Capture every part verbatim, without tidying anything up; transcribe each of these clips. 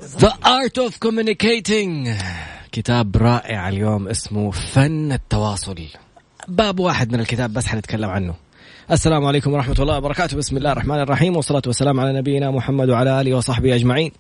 The Art of Communicating، كتاب رائع اليوم اسمه فن التواصل. باب واحد من الكتاب بس حنتكلم عنه. السلام عليكم ورحمة الله وبركاته. بسم الله الرحمن الرحيم، والصلاة والسلام على نبينا محمد وعلى آله وصحبه أجمعين.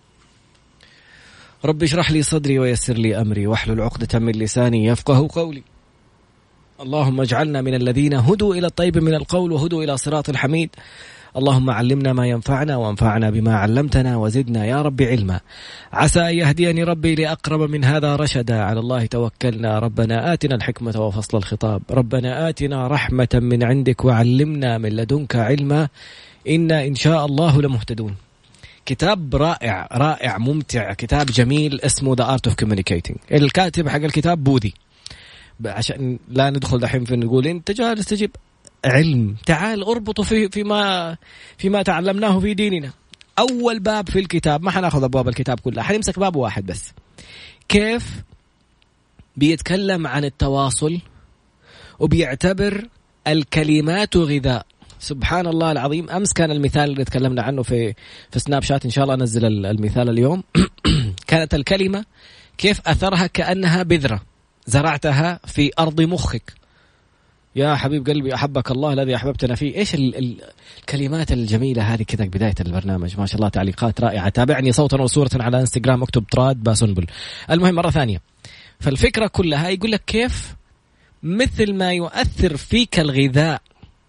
رب اشرح لي صدري ويسر لي أمري واحلل عقدة من لساني يفقه قولي. اللهم اجعلنا من الذين هدوا إلى الطيب من القول وهدوا إلى صراط الحميد. اللهم علمنا ما ينفعنا وانفعنا بما علمتنا وزدنا يا رب علما. عسى أن يهديني ربي لأقرب من هذا رشدا. على الله توكلنا. ربنا آتنا الحكمة وفصل الخطاب. ربنا آتنا رحمة من عندك وعلمنا من لدنك علما إنا إن شاء الله لمهتدون. كتاب رائع رائع ممتع، كتاب جميل اسمه The Art of Communicating. الكاتب حق الكتاب بوذي، عشان لا ندخل دحين في نقول انت جالس تجيب علم، تعال اربطه في فيما فيما تعلمناه في ديننا. اول باب في الكتاب، ما حناخذ ابواب الكتاب كلها، حنمسك باب واحد بس. كيف بيتكلم عن التواصل وبيعتبر الكلمات غذاء. سبحان الله العظيم. امس كان المثال اللي تكلمنا عنه في في سناب شات، ان شاء الله انزل المثال اليوم. كانت الكلمة كيف اثرها كأنها بذرة زرعتها في ارض مخك. يا حبيب قلبي أحبك الله الذي أحببتنا فيه. إيش ال ال الكلمات الجميلة هذه كذا بداية البرنامج، ما شاء الله تعليقات رائعة. تابعني صوتا وصورة على انستغرام، اكتب تراد باسنبل. المهم مرة ثانية، فالفكرة كلها يقول لك كيف مثل ما يؤثر فيك الغذاء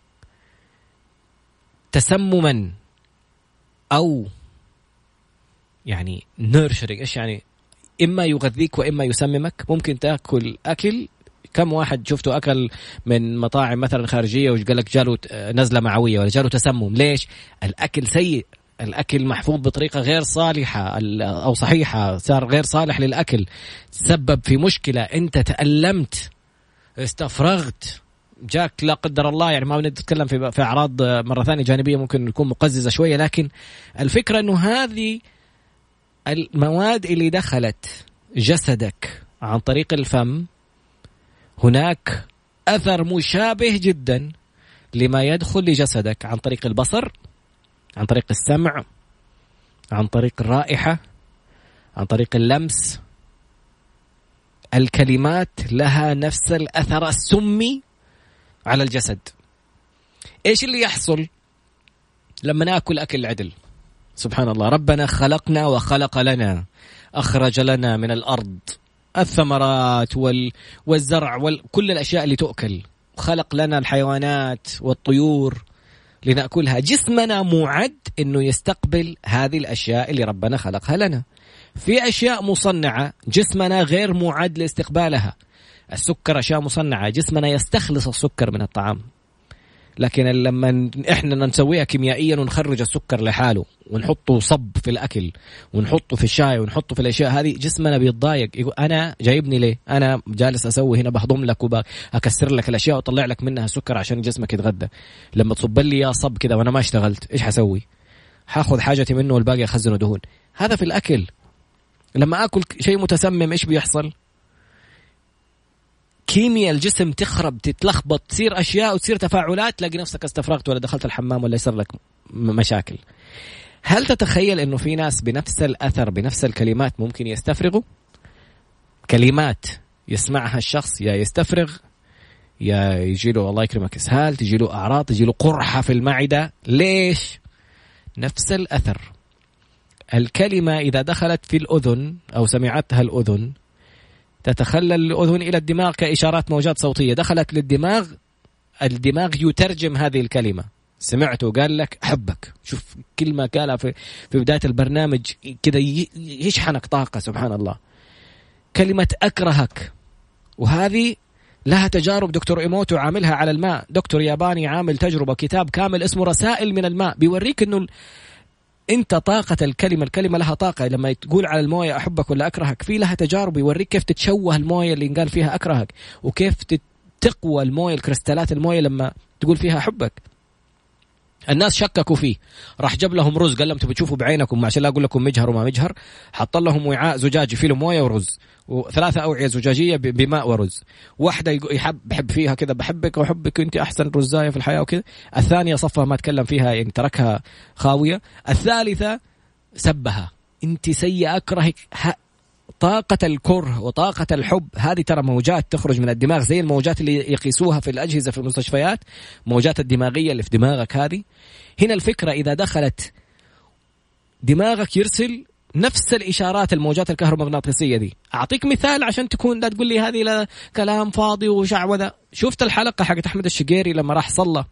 تسمما أو يعني نيرشرينج. إيش يعني؟ إما يغذيك وإما يسممك. ممكن تأكل أكل، كم واحد شفته أكل من مطاعم مثلا خارجية وقال لك جاله نزلة معوية ولا جاله تسمم؟ ليش؟ الأكل سيء، الأكل محفوظ بطريقة غير صالحة أو صحيحة، صار غير صالح للأكل، تسبب في مشكلة، أنت تألمت، استفرغت، جاك لا قدر الله. يعني ما بنتكلم في في أعراض مرة ثانية جانبية ممكن تكون مقززة شوية، لكن الفكرة أنه هذه المواد اللي دخلت جسدك عن طريق الفم هناك أثر مشابه جدا لما يدخل لجسدك عن طريق البصر، عن طريق السمع، عن طريق الرائحة، عن طريق اللمس. الكلمات لها نفس الأثر السمي على الجسد. إيش اللي يحصل لما نأكل أكل عدل؟ سبحان الله، ربنا خلقنا وخلق لنا، أخرج لنا من الأرض الثمرات وال... والزرع وكل الأشياء اللي تؤكل، خلق لنا الحيوانات والطيور لنأكلها. جسمنا معد إنه يستقبل هذه الأشياء اللي ربنا خلقها لنا. في أشياء مصنعة جسمنا غير معد لاستقبالها. السكر أشياء مصنعة، جسمنا يستخلص السكر من الطعام، لكن لما إحنا نسويها كيميائيا ونخرج السكر لحاله ونحطه صب في الأكل ونحطه في الشاي ونحطه في الأشياء هذه، جسمنا بيتضايق، يقول أنا جايبني ليه؟ أنا جالس أسوي هنا بهضم لك وبكسر لك الأشياء وطلع لك منها سكر عشان جسمك يتغذى. لما تصب لي يا صب كذا وأنا ما اشتغلت، إيش حسوي؟ حاخذ حاجتي منه والباقي أخزنه دهون. هذا في الأكل. لما أكل شيء متسمم إيش بيحصل؟ كيمياء الجسم تخرب، تتلخبط، تصير أشياء وتصير تفاعلات، تلاقي نفسك استفرغت ولا دخلت الحمام ولا يصير لك مشاكل. هل تتخيل أنه في ناس بنفس الأثر بنفس الكلمات ممكن يستفرغوا؟ كلمات يسمعها الشخص يا يستفرغ يا يجيله الله يكرمك إسهال، تجيله أعراض، تجيله قرحة في المعدة. ليش؟ نفس الأثر. الكلمة إذا دخلت في الأذن أو سمعتها الأذن تتخلل الأذن إلى الدماغ كإشارات موجات صوتية، دخلت للدماغ، الدماغ يترجم هذه الكلمة. سمعته قال لك أحبك، شوف كلمة قالها في في بداية البرنامج كذا يشحنك طاقة. سبحان الله. كلمة أكرهك، وهذه لها تجارب. دكتور إيموتو عاملها على الماء، دكتور ياباني عامل تجربة، كتاب كامل اسمه رسائل من الماء، بيوريك إنه انت طاقة الكلمة، الكلمة لها طاقة. لما تقول على الموية أحبك ولا أكرهك، في لها تجارب يوريك كيف تتشوه الموية اللي قال فيها أكرهك، وكيف تقوى الموية، الكريستالات الموية لما تقول فيها أحبك. الناس شككوا فيه، راح جاب لهم رز، قال لهم تبي تشوفوا بعينكم عشان لا أقول لكم مجهر وما مجهر. حط لهم وعاء زجاجي فيه موية ورز، وثلاثة أوعية زجاجية بماء ورز. واحدة يحب بحب فيها كذا بحبك وحبك أنت أحسن رزاية في الحياة وكذا. الثانية صفها ما تكلم فيها، يعني تركها خاوية. الثالثة سبها، أنت سيئة أكرهك. طاقة الكره وطاقة الحب هذه ترى موجات تخرج من الدماغ زي الموجات اللي يقيسوها في الأجهزة في المستشفيات، موجات الدماغية اللي في دماغك هذه. هنا الفكرة إذا دخلت دماغك يرسل نفس الإشارات، الموجات الكهرومغناطيسية دي. أعطيك مثال عشان تكون لا تقول لي هذه لا كلام فاضي وشعوذة. شفت الحلقة حقت أحمد الشقيري لما راح صلى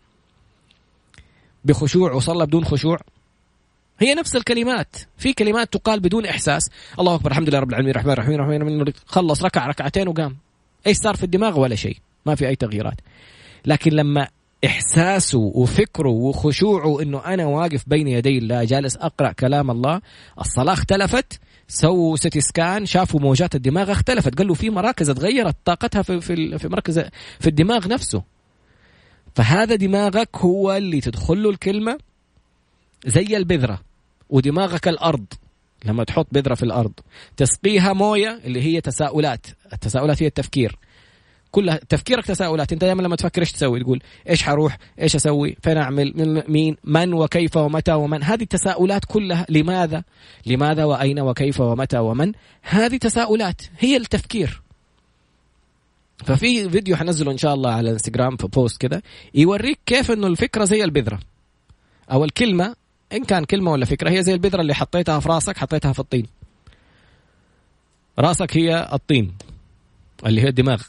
بخشوع وصلى بدون خشوع؟ هي نفس الكلمات، في كلمات تقال بدون إحساس. الله أكبر، الحمد لله رب العالمين، الرحمن الرحيم، الرحمن، خلص ركع ركعتين وقام. إيش صار في الدماغ؟ ولا شيء، ما في أي تغييرات. لكن لما إحساسه وفكره وخشوعه إنه أنا واقف بين يدي الله جالس أقرأ كلام الله، الصلاة اختلفت. سووا سيتي سكان، شافوا موجات الدماغ اختلفت، قالوا في مراكز اتغيرت طاقتها في في في مركز في الدماغ نفسه. فهذا دماغك هو اللي تدخل له الكلمة زي البذرة، ودماغك الأرض. لما تحط بذرة في الأرض تسقيها موية اللي هي تساؤلات. التساؤلات هي التفكير، كلها تفكيرك تساؤلات. انت دائما لما تفكر ايش تسوي؟ تقول ايش حروح، ايش اسوي، فين اعمل، مين، من، وكيف ومتى ومن. هذه التساؤلات كلها. لماذا لماذا واين وكيف ومتى ومن. هذه تساؤلات هي التفكير. ففي فيديو حنزله ان شاء الله على الانستغرام في بوست كده يوريك كيف انه الفكرة زي البذرة، او الكلمة إن كان كلمة ولا فكرة هي زي البذرة اللي حطيتها في راسك، حطيتها في الطين. راسك هي الطين اللي هي الدماغ،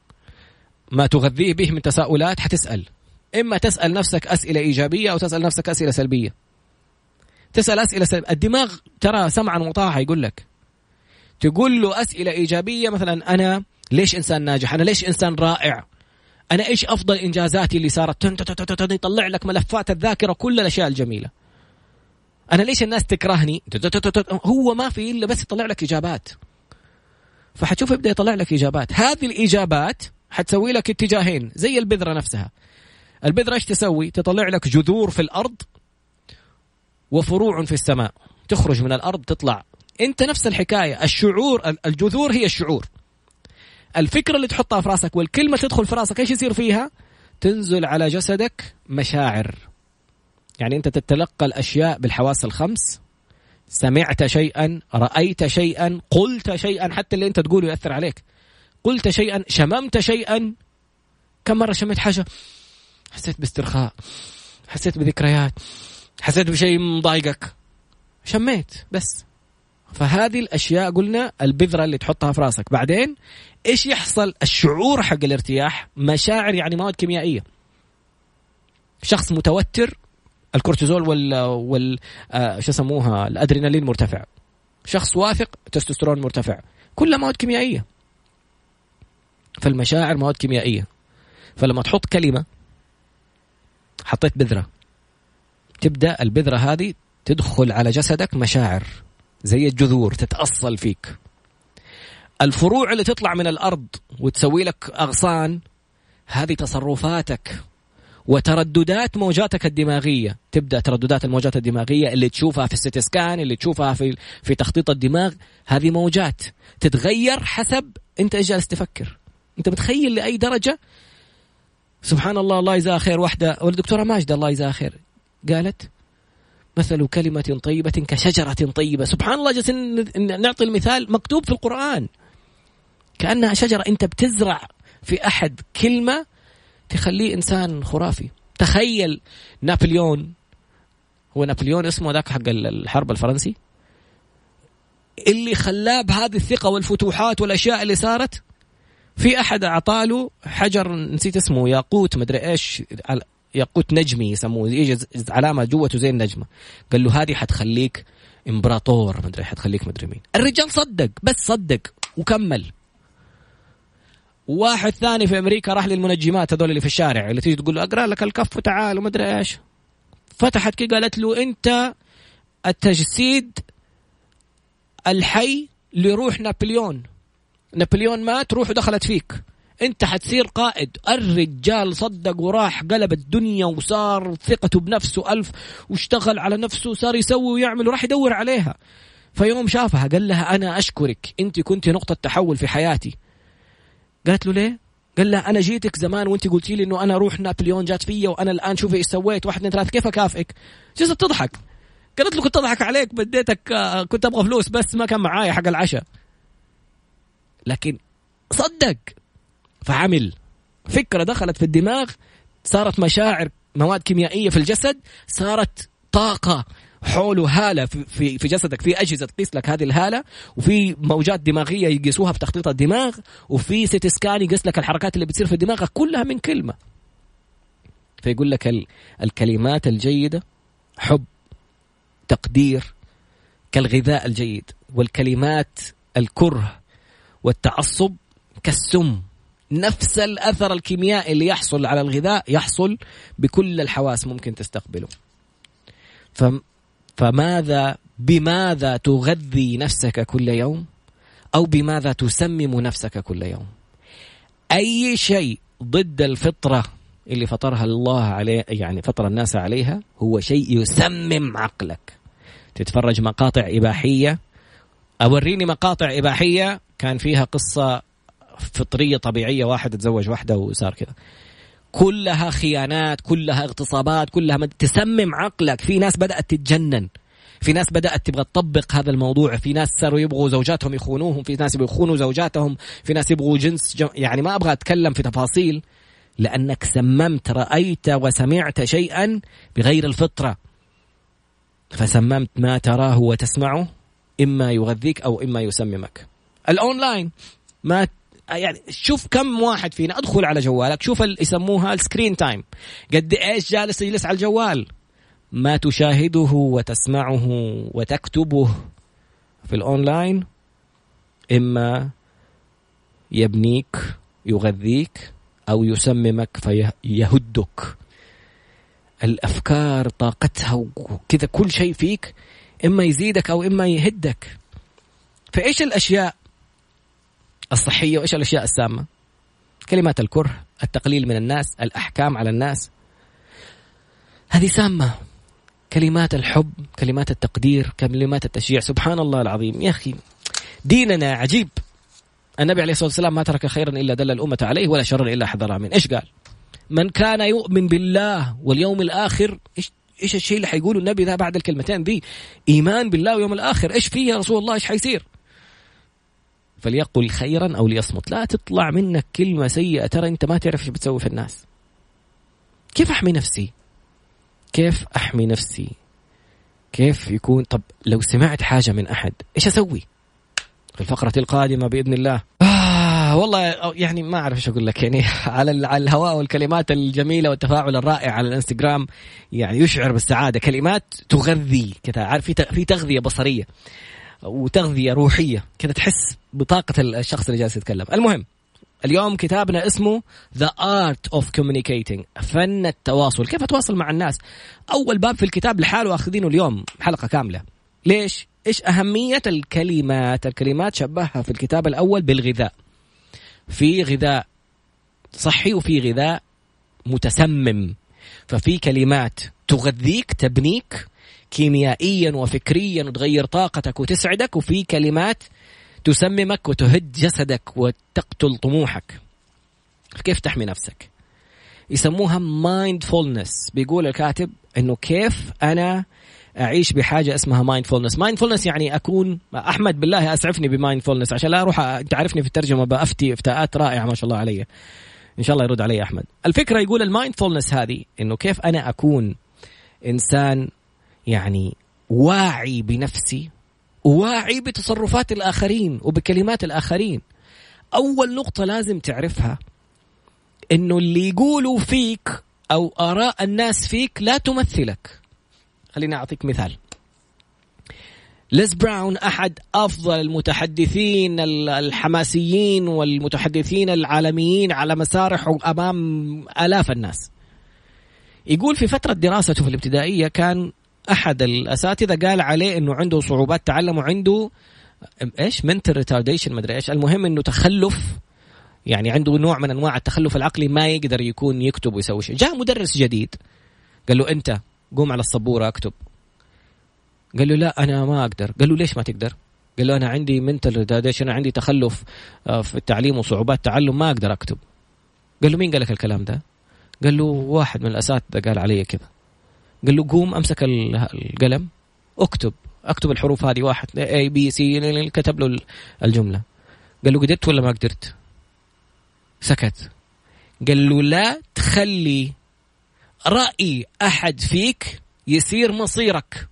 ما تغذيه به من تساؤلات حتسأل. إما تسأل نفسك أسئلة إيجابية أو تسأل نفسك أسئلة سلبية. تسأل أسئلة سلبية، الدماغ ترى سمعا وطاعة يقول لك. تقول له أسئلة إيجابية مثلا أنا ليش إنسان ناجح، أنا ليش إنسان رائع، أنا إيش أفضل إنجازاتي اللي صارت، يطلع لك ملفات الذاكرة كل الأشياء الجميلة. أنا ليش الناس تكرهني، هو ما في إلا بس يطلع لك إجابات. فحتشوف يبدأ يطلع لك إجابات. هذه الإجابات حتسوي لك اتجاهين زي البذرة نفسها. البذرة إيش تسوي؟ تطلع لك جذور في الأرض وفروع في السماء، تخرج من الأرض تطلع. أنت نفس الحكاية، الشعور، الجذور هي الشعور. الفكرة اللي تحطها في راسك والكلمة تدخل في راسك، إيش يصير فيها؟ تنزل على جسدك مشاعر. يعني أنت تتلقى الأشياء بالحواس الخمس، سمعت شيئا، رأيت شيئا، قلت شيئا، حتى اللي أنت تقوله يأثر عليك. قلت شيئا، شممت شيئا. كم مرة شميت حاجة حسيت باسترخاء، حسيت بذكريات، حسيت بشيء مضايقك، شميت بس. فهذه الأشياء قلنا البذرة اللي تحطها في راسك. بعدين إيش يحصل؟ الشعور حق الارتياح، مشاعر يعني مواد كيميائية. شخص متوتر الكورتيزول وال وال آه شو يسموها الأدرينالين مرتفع. شخص واثق تستوستيرون مرتفع. كلها مواد كيميائية. فالمشاعر مواد كيميائية. فلما تحط كلمة، حطيت بذرة، تبدأ البذرة هذه تدخل على جسدك مشاعر زي الجذور تتأصل فيك. الفروع اللي تطلع من الأرض وتسوي لك أغصان، هذه تصرفاتك وترددات موجاتك الدماغية. تبدأ ترددات الموجات الدماغية اللي تشوفها في السيتي سكان، اللي تشوفها في في تخطيط الدماغ، هذه موجات تتغير حسب أنت إيش جالس تفكر. أنت بتخيل لأي درجة. سبحان الله، الله يجزاها خير. واحدة والدكتورة ماجدة الله يجزاها خير قالت مثل كلمة طيبة كشجرة طيبة. سبحان الله، جالس نعطي المثال مكتوب في القرآن كأنها شجرة. أنت بتزرع في أحد كلمة تخليه إنسان خرافي. تخيل نابليون، هو نابليون اسمه ذاك حق الحرب الفرنسي، اللي خلاه بهذه الثقة والفتوحات والأشياء اللي صارت. في أحد أعطاله حجر نسيت اسمه، ياقوت مدري إيش، ياقوت نجمي يسموه، يجي علامة جوته زي النجمة. قال له هذه حتخليك إمبراطور مدري، حتخليك مدري مين. الرجال صدق، بس صدق وكمل. واحد ثاني في أمريكا راح للمنجمات هذول اللي في الشارع اللي تيجي تقول له أقرأ لك الكف وتعال ومدري إيش. فتحت كي قالت له أنت التجسيد الحي لروح نابليون. نابليون مات، روحه دخلت فيك، أنت حتصير قائد. الرجال صدق وراح قلب الدنيا وصار ثقته بنفسه ألف، واشتغل على نفسه وصار يسوي ويعمل وراح يدور عليها. فيوم شافها قال لها أنا أشكرك، أنت كنت نقطة تحول في حياتي. قالت له ليه؟ قال لها أنا جيتك زمان وأنت قلتي لي إنه أنا روح نابليون جات فيا، وأنا الآن شوفي إيش سويت، واحد اثنين ثلاثة، كيف أكافئك؟ جلست تضحك. قالت له كنت أضحك عليك، بديتك كنت أبغى فلوس بس ما كان معايا حق العشاء. لكن صدق فعمل، فكرة دخلت في الدماغ، صارت مشاعر، مواد كيميائية في الجسد، صارت طاقة حوله، هالة في في جسدك، في أجهزة تقيس لك هذه الهالة، وفي موجات دماغية يقيسوها في تخطيط الدماغ، وفي سيتي سكان يقيس لك الحركات اللي بتصير في دماغك كلها من كلمة. فيقول لك ال الكلمات الجيدة حب، تقدير، كالغذاء الجيد، والكلمات الكره والتعصب كالسم. نفس الأثر الكيميائي اللي يحصل على الغذاء يحصل بكل الحواس ممكن تستقبله. فماذا بماذا تغذي نفسك كل يوم، أو بماذا تسمم نفسك كل يوم؟ أي شيء ضد الفطرة اللي فطرها الله عليه، يعني فطر الناس عليها، هو شيء يسمم عقلك. تتفرج مقاطع إباحية، أوريني مقاطع إباحية كان فيها قصة فطرية طبيعية، واحد تزوج واحدة وصار كذا، كلها خيانات، كلها اغتصابات، كلها تسمم عقلك. في ناس بدأت تتجنن، في ناس بدأت تبغى تطبق هذا الموضوع، في ناس صاروا يبغوا زوجاتهم يخونوهم، في ناس يبغوا يخونوا زوجاتهم، في ناس يبغوا جنس جم... يعني ما أبغى أتكلم في تفاصيل، لأنك سممت، رأيت وسمعت شيئا بغير الفطرة، فسممت ما تراه وتسمعه، إما يغذيك أو إما يسممك. الأونلاين ما يعني، شوف كم واحد فينا أدخل على جوالك، شوف يسموها السكرين تايم، قد إيش جالس يجلس على الجوال. ما تشاهده وتسمعه وتكتبه في الأونلاين إما يبنيك يغذيك أو يسممك فيهدك. الأفكار طاقتها وكذا كل شيء فيك إما يزيدك أو إما يهدك. فإيش الأشياء الصحية وإيش الأشياء السامة؟ كلمات الكره، التقليل من الناس، الأحكام على الناس، هذه سامة. كلمات الحب، كلمات التقدير، كلمات التشجيع. سبحان الله العظيم يا أخي، ديننا عجيب. النبي عليه الصلاة والسلام ما ترك خيرا إلا دل الأمة عليه، ولا شرا إلا حذرها منه. إيش قال؟ من كان يؤمن بالله واليوم الآخر. إيش إيش الشيء اللي حيقوله النبي ذا بعد الكلمتين ذي؟ إيمان بالله واليوم الآخر. إيش فيه يا رسول الله؟ إيش حيصير؟ فليقل خيرا أو ليصمت. لا تطلع منك كلمة سيئة، ترى أنت ما تعرف إيش بتسوي في الناس. كيف أحمي نفسي؟ كيف أحمي نفسي؟ كيف يكون؟ طب لو سمعت حاجة من أحد إيش أسوي؟ في الفقرة القادمة بإذن الله. آه والله يعني ما أعرف إيش أقول لك، يعني على على الهواء والكلمات الجميلة والتفاعل الرائع على الانستغرام يعني يشعر بالسعادة. كلمات تغذي كذا، عارف، في في تغذية بصرية وتغذية روحية كذا، تحس بطاقة الشخص اللي جالس يتكلم. المهم اليوم كتابنا اسمه The Art of Communicating، فن التواصل، كيف أتواصل مع الناس. أول باب في الكتاب لحاله أخذينه اليوم حلقة كاملة. ليش؟ إيش أهمية الكلمات؟ الكلمات شبهها في الكتاب الأول بالغذاء، في غذاء صحي وفي غذاء متسمم. ففي كلمات تغذيك تبنيك كيميائيا وفكريا وتغير طاقتك وتسعدك، وفي كلمات تسممك وتهد جسدك وتقتل طموحك. كيف تحمي نفسك؟ يسموها mindfulness. بيقول الكاتب إنه كيف أنا أعيش بحاجة اسمها mindfulness. mindfulness يعني أكون أحمد بالله أسعفني بmindfulness، عشان لا أروح تعرفني في الترجمة بأفتي افتاءات رائعة ما شاء الله علي، إن شاء الله يرد علي أحمد. الفكرة يقول المايندفولنس هذه إنه كيف أنا أكون إنسان يعني واعي بنفسي، واعي بتصرفات الآخرين وبكلمات الآخرين. أول نقطة لازم تعرفها إنه اللي يقولوا فيك أو آراء الناس فيك لا تمثلك. خليني أعطيك مثال. ليز براون أحد أفضل المتحدثين الحماسيين والمتحدثين العالميين على مسارح أمام آلاف الناس. يقول في فترة دراسته في الابتدائية كان أحد الأساتذة قال عليه إنه عنده صعوبات تعلم وعنده إيش mental retardation ما أدري إيش، المهم إنه تخلف، يعني عنده نوع من أنواع التخلف العقلي، ما يقدر يكون يكتب ويسوي شيء. جاء مدرس جديد قال له أنت قوم على السبورة أكتب. قال له لا أنا ما أقدر. قال له ليش ما تقدر؟ قال له أنا عندي mental retardation، أنا عندي تخلف في التعليم وصعوبات تعلم، ما أقدر أكتب. قال له مين قال لك الكلام ده؟ قال له واحد من الأساتذة قال علي كذا. قال له قوم أمسك القلم اكتب اكتب الحروف هذه، واحد A B C، كتب له الجملة. قال له قدرت ولا ما قدرت؟ سكت. قال له لا تخلي رأي أحد فيك يصير مصيرك.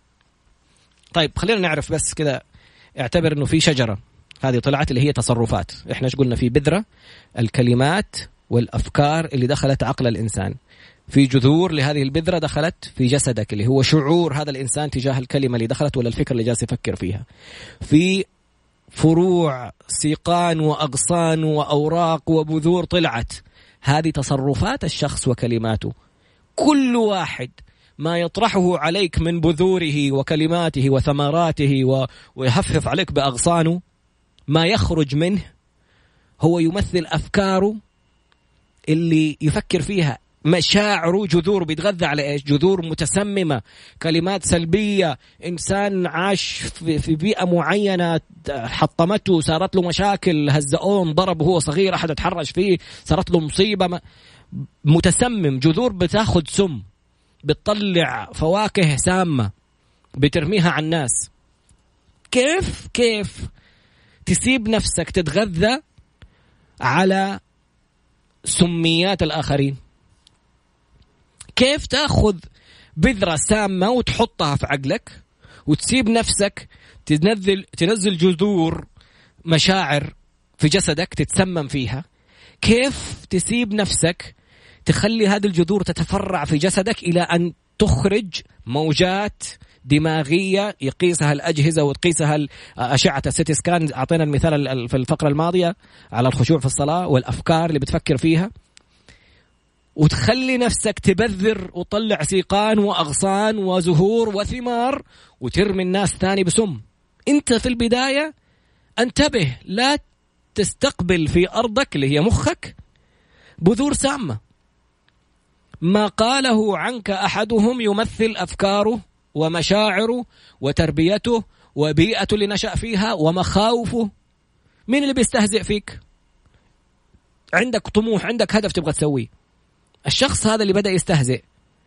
طيب خلينا نعرف بس كذا، اعتبر انه في شجرة هذه طلعت اللي هي تصرفات. احنا ايش قلنا؟ في بذرة الكلمات والأفكار اللي دخلت عقل الإنسان، في جذور لهذه البذرة دخلت في جسدك اللي هو شعور هذا الإنسان تجاه الكلمة اللي دخلت ولا الفكرة اللي جالس يفكر فيها، في فروع سيقان وأغصان وأوراق وبذور طلعت، هذه تصرفات الشخص وكلماته. كل واحد ما يطرحه عليك من بذوره وكلماته وثمراته ويهفف عليك بأغصانه، ما يخرج منه هو يمثل أفكاره اللي يفكر فيها، مشاعره، جذور بيتغذى على إيش؟ جذور متسممة، كلمات سلبية، إنسان عاش في بيئة معينة حطمته، صارت له مشاكل، هزقون، ضرب وهو صغير، أحد اتحرش فيه، صارت له مصيبة، متسمم، جذور بتاخد سم، بتطلع فواكه سامة بترميها على الناس. كيف كيف تسيب نفسك تتغذى على سميات الآخرين؟ كيف تأخذ بذرة سامة وتحطها في عقلك وتسيب نفسك تنزل تنزل جذور مشاعر في جسدك تتسمم فيها؟ كيف تسيب نفسك تخلي هذه الجذور تتفرع في جسدك إلى أن تخرج موجات دماغية يقيسها الأجهزة وتقيسها أشعة السيتي سكان؟ أعطينا المثال في الفقرة الماضية على الخشوع في الصلاة والأفكار اللي بتفكر فيها، وتخلي نفسك تبذر وتطلع سيقان وأغصان وزهور وثمار وترمي الناس ثاني بسم. أنت في البداية انتبه، لا تستقبل في أرضك اللي هي مخك بذور سامة. ما قاله عنك أحدهم يمثل أفكاره ومشاعره وتربيته وبيئته اللي نشأ فيها ومخاوفه. مين اللي بيستهزئ فيك؟ عندك طموح، عندك هدف تبغى تسويه، الشخص هذا اللي بدأ يستهزئ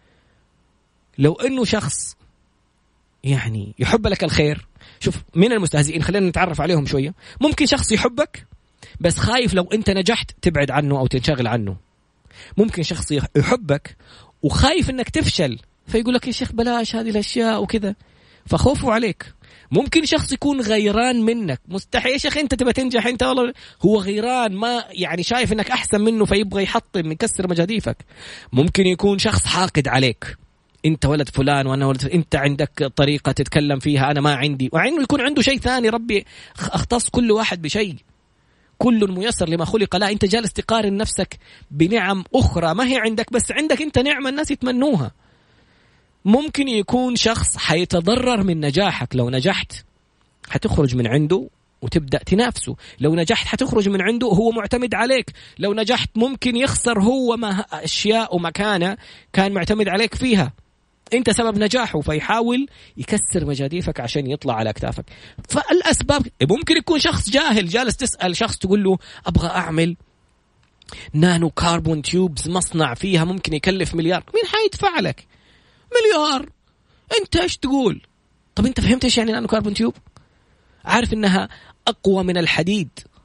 لو أنه شخص يعني يحب لك الخير، شوف مين المستهزئين، خلينا نتعرف عليهم شوية. ممكن شخص يحبك بس خايف لو أنت نجحت تبعد عنه أو تنشغل عنه. ممكن شخص يحبك وخايف أنك تفشل فيقول لك يا شيخ بلاش هذه الأشياء وكذا، فخوفه عليك. ممكن شخص يكون غيران منك، مستحيل يا شيخ أنت تبى تنجح، أنت والله هو غيران، ما يعني شايف أنك أحسن منه فيبغى يحطم يكسر مجاديفك. ممكن يكون شخص حاقد عليك، أنت ولد فلان وأنا ولد فلان، أنت عندك طريقة تتكلم فيها أنا ما عندي، وعنده يكون عنده شيء ثاني. ربي اختص كل واحد بشيء، كل ميسر لما خلق. لا، أنت جالس تقارن نفسك بنعم أخرى ما هي عندك، بس عندك أنت نعمة الناس يتمنوها. ممكن يكون شخص حيتضرر من نجاحك، لو نجحت حتخرج من عنده وتبدأ تنافسه، لو نجحت حتخرج من عنده وهو معتمد عليك، لو نجحت ممكن يخسر هو ما أشياء ومكانة كان معتمد عليك فيها، أنت سبب نجاحه، فيحاول يكسر مجاديفك عشان يطلع على أكتافك. فالأسباب ممكن يكون شخص جاهل جالس تسأل شخص تقول له أبغى أعمل نانو كاربون تيوبز، مصنع فيها ممكن يكلف مليار، مين حيدفع لك مليار؟ أنت إيش تقول؟ طب أنت فهمت إيش يعني نانو كاربون تيوب؟ عارف إنها أقوى من الحديد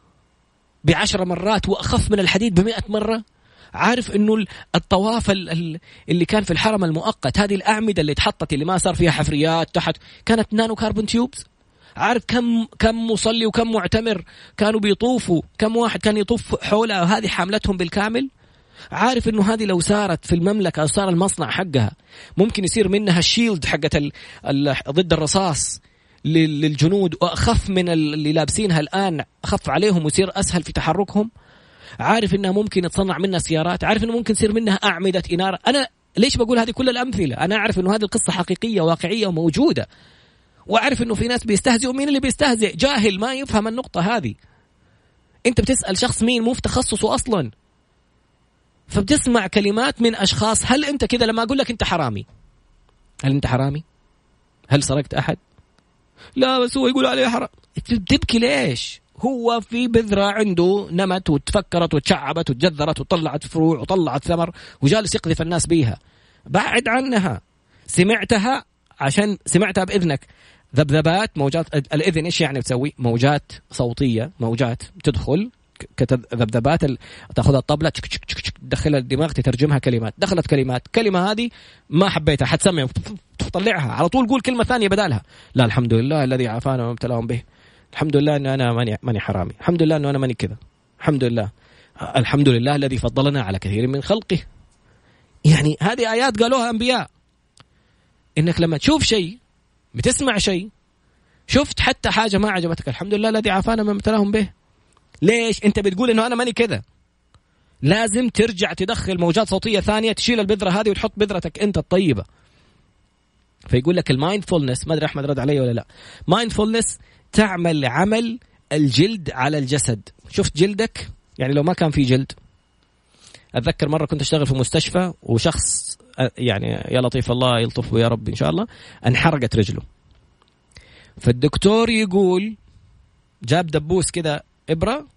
بعشر مرات وأخف من الحديد بمئة مرة؟ عارف إنه الطواف اللي كان في الحرم المؤقت، هذه الأعمدة اللي تحطت اللي ما صار فيها حفريات تحت كانت نانو كاربون تيوبز؟ عارف كم كم مصلي وكم معتمر كانوا بيطوفوا، كم واحد كان يطوف حولها وهذه حاملتهم بالكامل؟ عارف إنه هذه لو صارت في المملكة أو صار المصنع حقها ممكن يصير منها الشيلد حقت ضد الرصاص للجنود، وأخف من اللي لابسينها الآن، أخف عليهم ويصير أسهل في تحركهم. عارف إنها ممكن تصنع منها سيارات، عارف إنه ممكن يصير منها أعمدة إنارة. أنا ليش بقول هذه كل الأمثلة؟ أنا أعرف إنه هذه القصة حقيقية واقعية وموجودة، وأعرف إنه في ناس بيستهزئوا. مين اللي بيستهزئ؟ جاهل ما يفهم النقطة هذه. أنت بتسأل شخص مين مو في تخصصه أصلاً، فبتسمع كلمات من أشخاص. هل أنت كذا لما أقول لك أنت حرامي، هل أنت حرامي؟ هل سرقت أحد؟ لا، بس هو يقول عليه حرام. تبكي ليش؟ هو في بذرة عنده نمت وتفكرت وتشعبت وتجذرت وطلعت فروع وطلعت ثمر وجالس يقذف الناس بيها. بعد عنها، سمعتها عشان سمعتها بإذنك. ذبذبات موجات الإذن إيش يعني بتسوي؟ موجات صوتية، موجات تدخل كذبذبات ال... تأخذ الطبلة تدخلها الدماغ تترجمها كلمات. دخلت كلمات، كلمة هذه ما حبيتها حتسمع تطلعها على طول، قول كلمة ثانية بدالها. لا الحمد لله الذي عافانا وما ابتلاهم به، الحمد لله أن أنا ماني ماني حرامي، الحمد لله أن أنا ماني كذا، الحمد لله، الحمد لله الذي فضلنا على كثير من خلقه. يعني هذه آيات قالوها أنبياء. إنك لما تشوف شيء، بتسمع شيء، شفت حتى حاجة ما عجبتك، الحمد لله الذي عافانا وما ابتلاهم به. ليش؟ أنت بتقول إنه أنا ماني كذا. لازم ترجع تدخل موجات صوتية ثانية، تشيل البذرة هذه وتحط بذرتك أنت الطيبة. فيقول لك المايندفولنس، ما أدري أحمد رد علي ولا لا، مايندفولنس تعمل عمل الجلد على الجسد. شفت جلدك؟ يعني لو ما كان في جلد، أتذكر مرة كنت أشتغل في مستشفى وشخص يعني يا لطيف الله يلطفه يا رب إن شاء الله انحرقت رجله. فالدكتور يقول جاب دبوس كده إبرة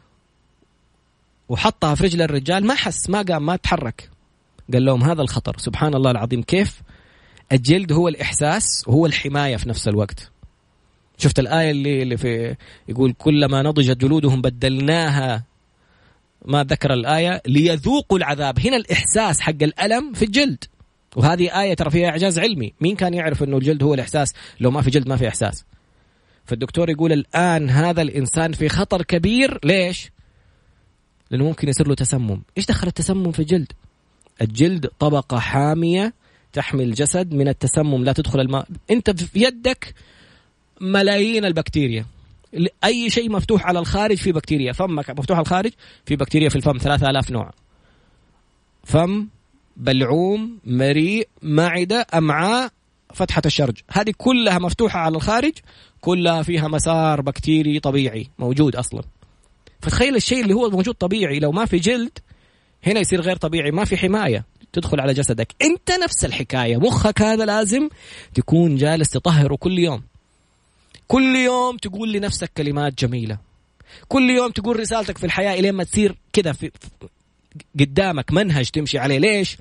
وحطها في رجل الرجال، ما حس، ما قام، ما تحرك. قال لهم هذا الخطر. سبحان الله العظيم، كيف الجلد هو الإحساس وهو الحماية في نفس الوقت. شفت الآية اللي اللي في يقول كلما نضجت جلودهم بدلناها، ما ذكر الآية، ليذوقوا العذاب. هنا الإحساس حق الألم في الجلد، وهذه آية ترى فيها إعجاز علمي. مين كان يعرف إنه الجلد هو الإحساس؟ لو ما في جلد ما في إحساس. فالدكتور يقول الآن هذا الإنسان في خطر كبير. ليش؟ لأنه ممكن يصير له تسمم. إيش دخل التسمم في الجلد؟ الجلد طبقة حامية تحمي الجسد من التسمم، لا تدخل الماء. أنت في يدك ملايين البكتيريا، أي شيء مفتوح على الخارج في بكتيريا. فمك مفتوح على الخارج في بكتيريا في الفم، ثلاثة آلاف نوع. فم، بلعوم، مريء، معدة، أمعاء، فتحة الشرج، هذه كلها مفتوحة على الخارج، كلها فيها مسار بكتيري طبيعي موجود أصلا. فتخيل الشيء اللي هو موجود طبيعي لو ما في جلد هنا يصير غير طبيعي، ما في حماية تدخل على جسدك. أنت نفس الحكاية، مخك هذا لازم تكون جالس تطهره كل يوم. كل يوم تقول لنفسك كلمات جميلة، كل يوم تقول رسالتك في الحياة إلين ما تصير كده في قدامك منهج تمشي عليه. ليش؟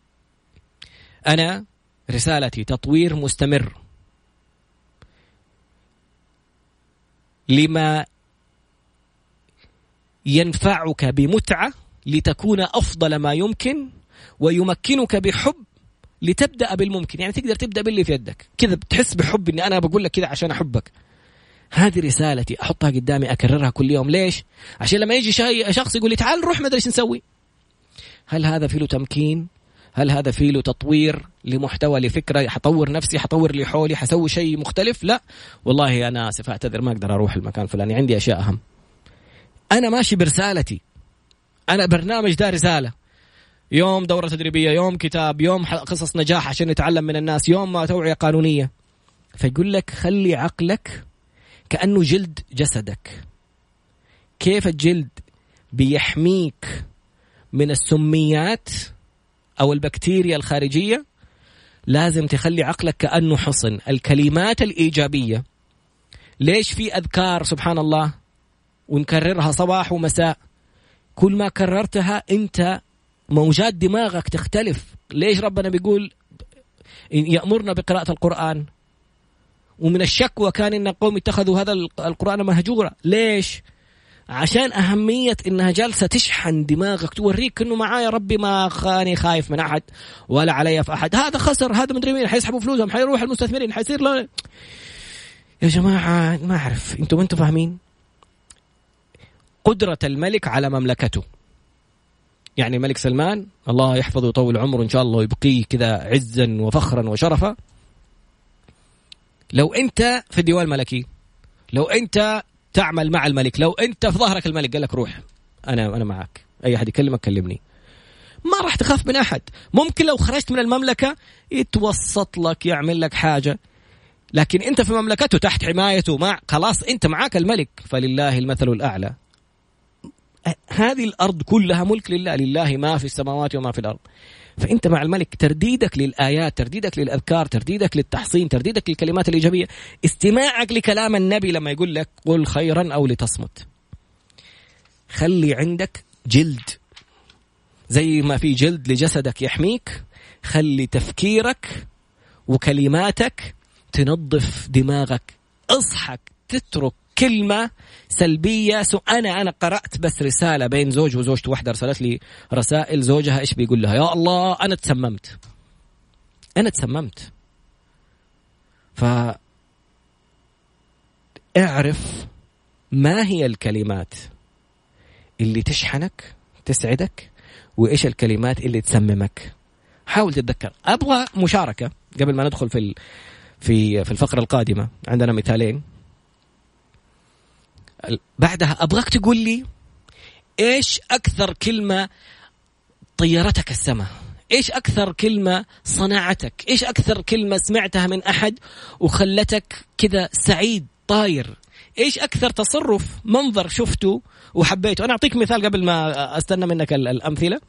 أنا رسالتي تطوير مستمر لما ينفعك بمتعة لتكون أفضل ما يمكن، ويمكنك بحب لتبدأ بالممكن. يعني تقدر تبدأ باللي في يدك كذا، بتحس بحب إني أنا بقول لك كذا عشان أحبك. هذه رسالتي، أحطها قدامي أكررها كل يوم. ليش؟ عشان لما يجي شيء شخص يقول لي تعال نروح ما أدري إيش نسوي، هل هذا فيه له تمكين؟ هل هذا فيه له تطوير لمحتوى لفكرة؟ حطور نفسي، حطور اللي حولي، حسوي شيء مختلف؟ لا والله أنا آسف أعتذر ما أقدر أروح المكان فلاني، عندي أشياء أهم. أنا ماشي برسالتي، أنا برنامج ده رسالة، يوم دورة تدريبية، يوم كتاب، يوم قصص نجاح عشان نتعلم من الناس، يوم توعية قانونية. فيقول لك خلي عقلك كأنه جلد جسدك. كيف الجلد بيحميك من السميات أو البكتيريا الخارجية؟ لازم تخلي عقلك كأنه حصن. الكلمات الإيجابية، ليش في أذكار سبحان الله ونكررها صباح ومساء؟ كل ما كررتها أنت موجات دماغك تختلف. ليش ربنا بيقول يأمرنا بقراءة القرآن؟ ومن الشكوى كان إن قوم اتخذوا هذا القرآن مهجورا. ليش؟ عشان أهمية إنها جالسة تشحن دماغك، توريك إنه معايا ربي ما خاني خايف من أحد ولا علي في أحد. هذا خسر، هذا مدري مين حيسحبوا فلوسهم، حيروح المستثمرين، حيصير له. يا جماعة ما أعرف أنتم أنتم فاهمين قدرة الملك على مملكته؟ يعني الملك سلمان الله يحفظه ويطول عمره إن شاء الله ويبقيه كذا عزا وفخرا وشرفا. لو أنت في الديوان الملكي، لو أنت تعمل مع الملك، لو أنت في ظهرك الملك قال لك روح أنا أنا معك، أي أحد يكلمك كلمني، ما راح تخاف من أحد. ممكن لو خرجت من المملكة يتوسط لك يعمل لك حاجة، لكن أنت في مملكته تحت حمايته، مع خلاص أنت معاك الملك، فلله المثل الأعلى. هذه الأرض كلها ملك لله، لله ما في السماوات وما في الأرض. فأنت مع الملك، ترديدك للآيات، ترديدك للأذكار، ترديدك للتحصين، ترديدك للكلمات الإيجابية، استماعك لكلام النبي لما يقول لك قل خيرا أو لتصمت. خلي عندك جلد زي ما في جلد لجسدك يحميك، خلي تفكيرك وكلماتك تنظف دماغك. اصحك تترك كلمة سلبية. سو أنا أنا قرأت بس رسالة بين زوج وزوجته، واحدة رسلت لي رسائل زوجها إيش بيقول لها؟ يا الله أنا تسممت، أنا تسممت. فاعرف ما هي الكلمات اللي تشحنك تسعدك، وإيش الكلمات اللي تسممك. حاول تتذكر. أبغى مشاركة قبل ما ندخل في في في الفقرة القادمة. عندنا مثالين بعدها. أبغاك تقول لي إيش أكثر كلمة طيرتك السماء، إيش أكثر كلمة صنعتك، إيش أكثر كلمة سمعتها من أحد وخلتك كذا سعيد طاير، إيش أكثر تصرف منظر شفته وحبيته. أنا أعطيك مثال قبل ما أستنى منك الأمثلة.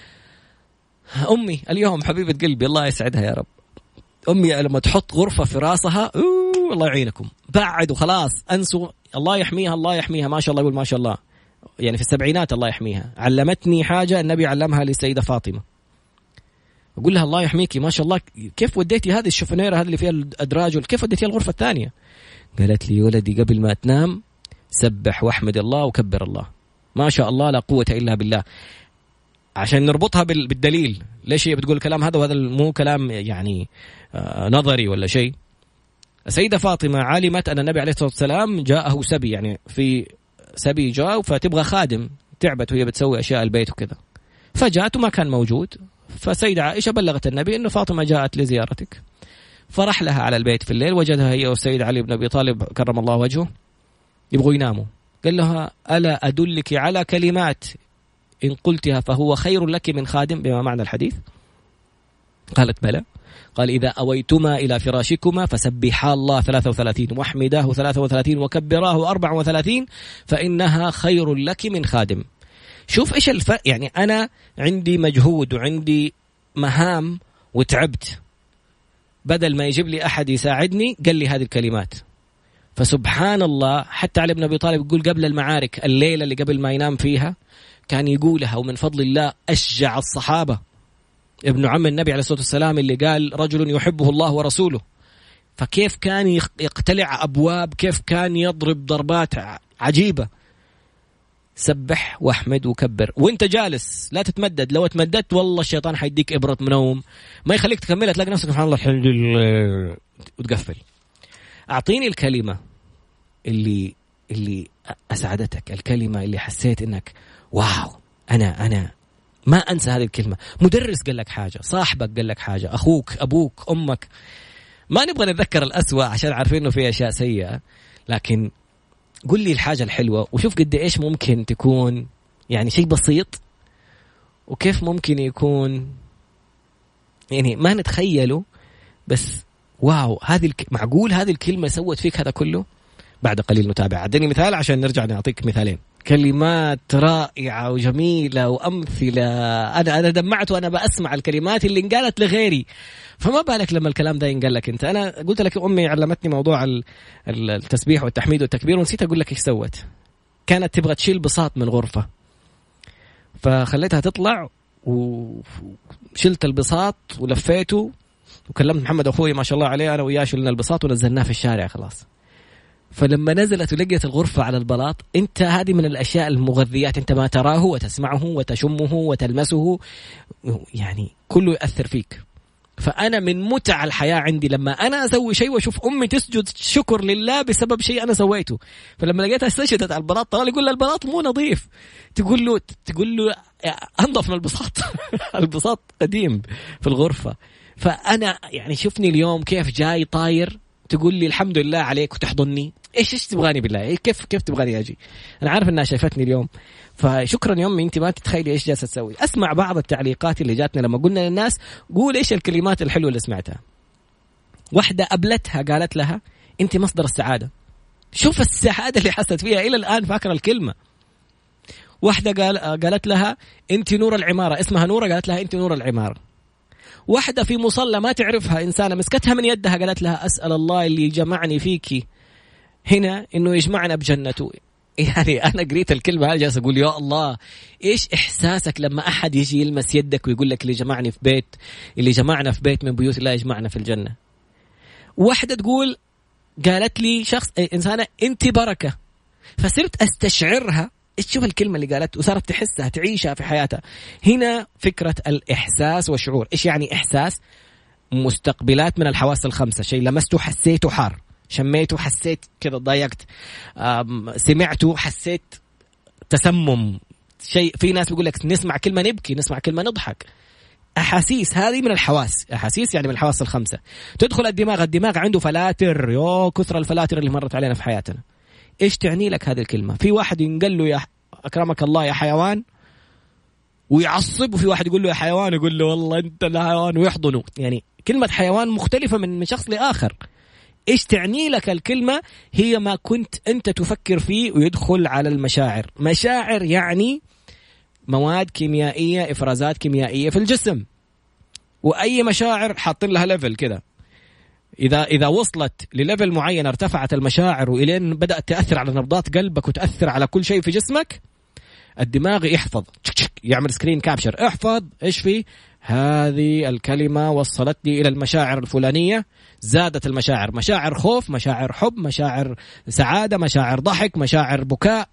أمي اليوم حبيبة قلبي الله يسعدها يا رب، أمي لما تحط غرفة في راسها أوه الله يعينكم بعد وخلاص أنسوا. الله يحميها الله يحميها ما شاء الله، يقول ما شاء الله، يعني في السبعينات الله يحميها. علمتني حاجة النبي علمها للسيدة فاطمة، أقول لها الله يحميكي ما شاء الله، كيف وديتي هذه الشفنيرة هذه اللي فيها الأدراج كيف وديتيها الغرفة الثانية؟ قالت لي ولدي قبل ما تنام سبح واحمد الله وكبر الله، ما شاء الله لا قوة إلا بالله. عشان نربطها بالدليل. ليش هي بتقول الكلام هذا وهذا مو كلام يعني آه نظري ولا شيء؟ السيدة فاطمة علمت أن النبي عليه الصلاة والسلام جاءه سبي، يعني في سبي جاء فتبغى خادم، تعبت وهي بتسوي أشياء البيت وكذا، فجاءت وما كان موجود. فسيدة عائشة بلغت النبي أنه فاطمة جاءت لزيارتك، فرح لها على البيت في الليل، وجدها هي والسيد علي بن أبي طالب كرم الله وجهه يبغوا يناموا. قال لها ألا أدلك على كلمات إن قلتها فهو خير لك من خادم، بما معنى الحديث؟ قالت بلى. قال إذا أويتما إلى فراشكما فسبحا الله ثلاثة وثلاثين واحمداه ثلاثة وثلاثين وكبراه أربعة وثلاثين فإنها خير لك من خادم. شوف إيش الفرق. يعني أنا عندي مجهود وعندي مهام وتعبت، بدل ما يجيب لي أحد يساعدني قال لي هذه الكلمات. فسبحان الله حتى علي بن أبي طالب يقول قبل المعارك الليلة اللي قبل ما ينام فيها كان يقولها، ومن فضل الله أشجع الصحابة. ابن عم النبي عليه الصلاة والسلام اللي قال رجل يحبه الله ورسوله، فكيف كان يقتلع أبواب، كيف كان يضرب ضربات عجيبة. سبح واحمد وكبر وانت جالس، لا تتمدد. لو تمددت والله الشيطان حيديك إبرة منوم ما يخليك تكملها، تلاقي نفسك سبحان الله الحمد لله وتقفل. أعطيني الكلمة اللي اللي أسعدتك، الكلمة اللي حسيت إنك واو أنا أنا ما أنسى هذه الكلمة. مدرس قال لك حاجة، صاحبك قال لك حاجة، أخوك أبوك أمك. ما نبغى نتذكر الأسوأ عشان عارفين إنه في أشياء سيئة، لكن قل لي الحاجة الحلوة وشوف قد إيش ممكن تكون يعني شيء بسيط، وكيف ممكن يكون يعني ما نتخيله، بس واو هذه الك... معقول هذه الكلمة سوت فيك هذا كله. بعد قليل نتابع. عدني مثال عشان نرجع نعطيك مثالين. كلمات رائعة وجميلة وأمثلة. أنا أنا دمعت وأنا بأسمع الكلمات اللي انقالت لغيري، فما بالك لما الكلام ده ينقال لك أنت. أنا قلت لك أمي علمتني موضوع التسبيح والتحميد والتكبير، ونسيت أقول لك إيش سوت. كانت تبغى تشيل بساط من غرفة، فخليتها تطلع وشلت البساط ولفيته، وكلمت محمد أخوي ما شاء الله عليه أنا وياه شلنا البساط ونزلناه في الشارع خلاص. فلما نزلت ولقيت الغرفة على البلاط، انت هذه من الاشياء المغذيات، انت ما تراه وتسمعه وتشمه وتلمسه، يعني كله يأثر فيك. فانا من متع الحياة عندي لما انا اسوي شيء واشوف امي تسجد شكر لله بسبب شيء انا سويته. فلما لقيتها سجدت على البلاط، طلع يقول له البلاط مو نظيف، تقول له تقول له انظف من البساط. البساط قديم في الغرفة. فانا يعني شوفني اليوم كيف جاي طاير، تقول لي الحمد لله عليك وتحضني. ايش ايش تبغاني بالله؟ إيه كيف كيف تبغاني اجي؟ انا عارف انها شايفتني اليوم، فشكرا يا امي، انت ما تتخيلي ايش جالسه تسوي. اسمع بعض التعليقات اللي جاتنا لما قلنا للناس قول ايش الكلمات الحلوه اللي سمعتها. واحده قبلتها قالت لها انت مصدر السعاده. شوف السعاده اللي حست فيها الى الان فاكره الكلمه. واحده قال قالت لها انت نور العماره، اسمها نوره، قالت لها انت نور العماره. واحدة في مصلى ما تعرفها إنسانة مسكتها من يدها قالت لها أسأل الله اللي جمعني فيكي هنا إنه يجمعنا بجنته. يعني أنا قريت الكلمة هذه جالس أقول يا الله إيش إحساسك لما أحد يجي يلمس يدك ويقول لك اللي جمعني في بيت، اللي جمعنا في بيت من بيوت الله يجمعنا في الجنة. واحدة تقول قالت لي شخص إنسانة أنت بركة، فصرت أستشعرها. شوف الكلمة اللي قالت وصارت تحسها تعيشها في حياتها. هنا فكرة الإحساس والشعور. إيش يعني إحساس؟ مستقبلات من الحواس الخمسة، شيء لمسته حسيته حار، شميته حسيت كذا ضايقت، سمعته حسيت تسمم. شيء في ناس بيقول لك نسمع كلمة نبكي، نسمع كلمة نضحك. أحاسيس هذه من الحواس، أحاسيس يعني من الحواس الخمسة. تدخل الدماغ، الدماغ عنده فلاتر، يو كثر الفلاتر اللي مرت علينا في حياتنا. إيش تعني لك هذه الكلمة؟ في واحد ينقل له يا أكرمك الله يا حيوان ويعصب، وفي واحد يقول له يا حيوان يقول له والله أنت الحيوان ويحضنه. يعني كلمة حيوان مختلفة من شخص لآخر. إيش تعني لك الكلمة؟ هي ما كنت أنت تفكر فيه ويدخل على المشاعر. مشاعر يعني مواد كيميائية، إفرازات كيميائية في الجسم، وأي مشاعر حاطين لها ليفل كده. إذا إذا وصلت لليفل معين ارتفعت المشاعر وإلين بدأت تأثر على نبضات قلبك وتأثر على كل شيء في جسمك، الدماغ يحفظ، يعمل سكرين كابشر، احفظ إيش فيه. هذه الكلمة وصلتني إلى المشاعر الفلانية، زادت المشاعر، مشاعر خوف، مشاعر حب، مشاعر سعادة، مشاعر ضحك، مشاعر بكاء،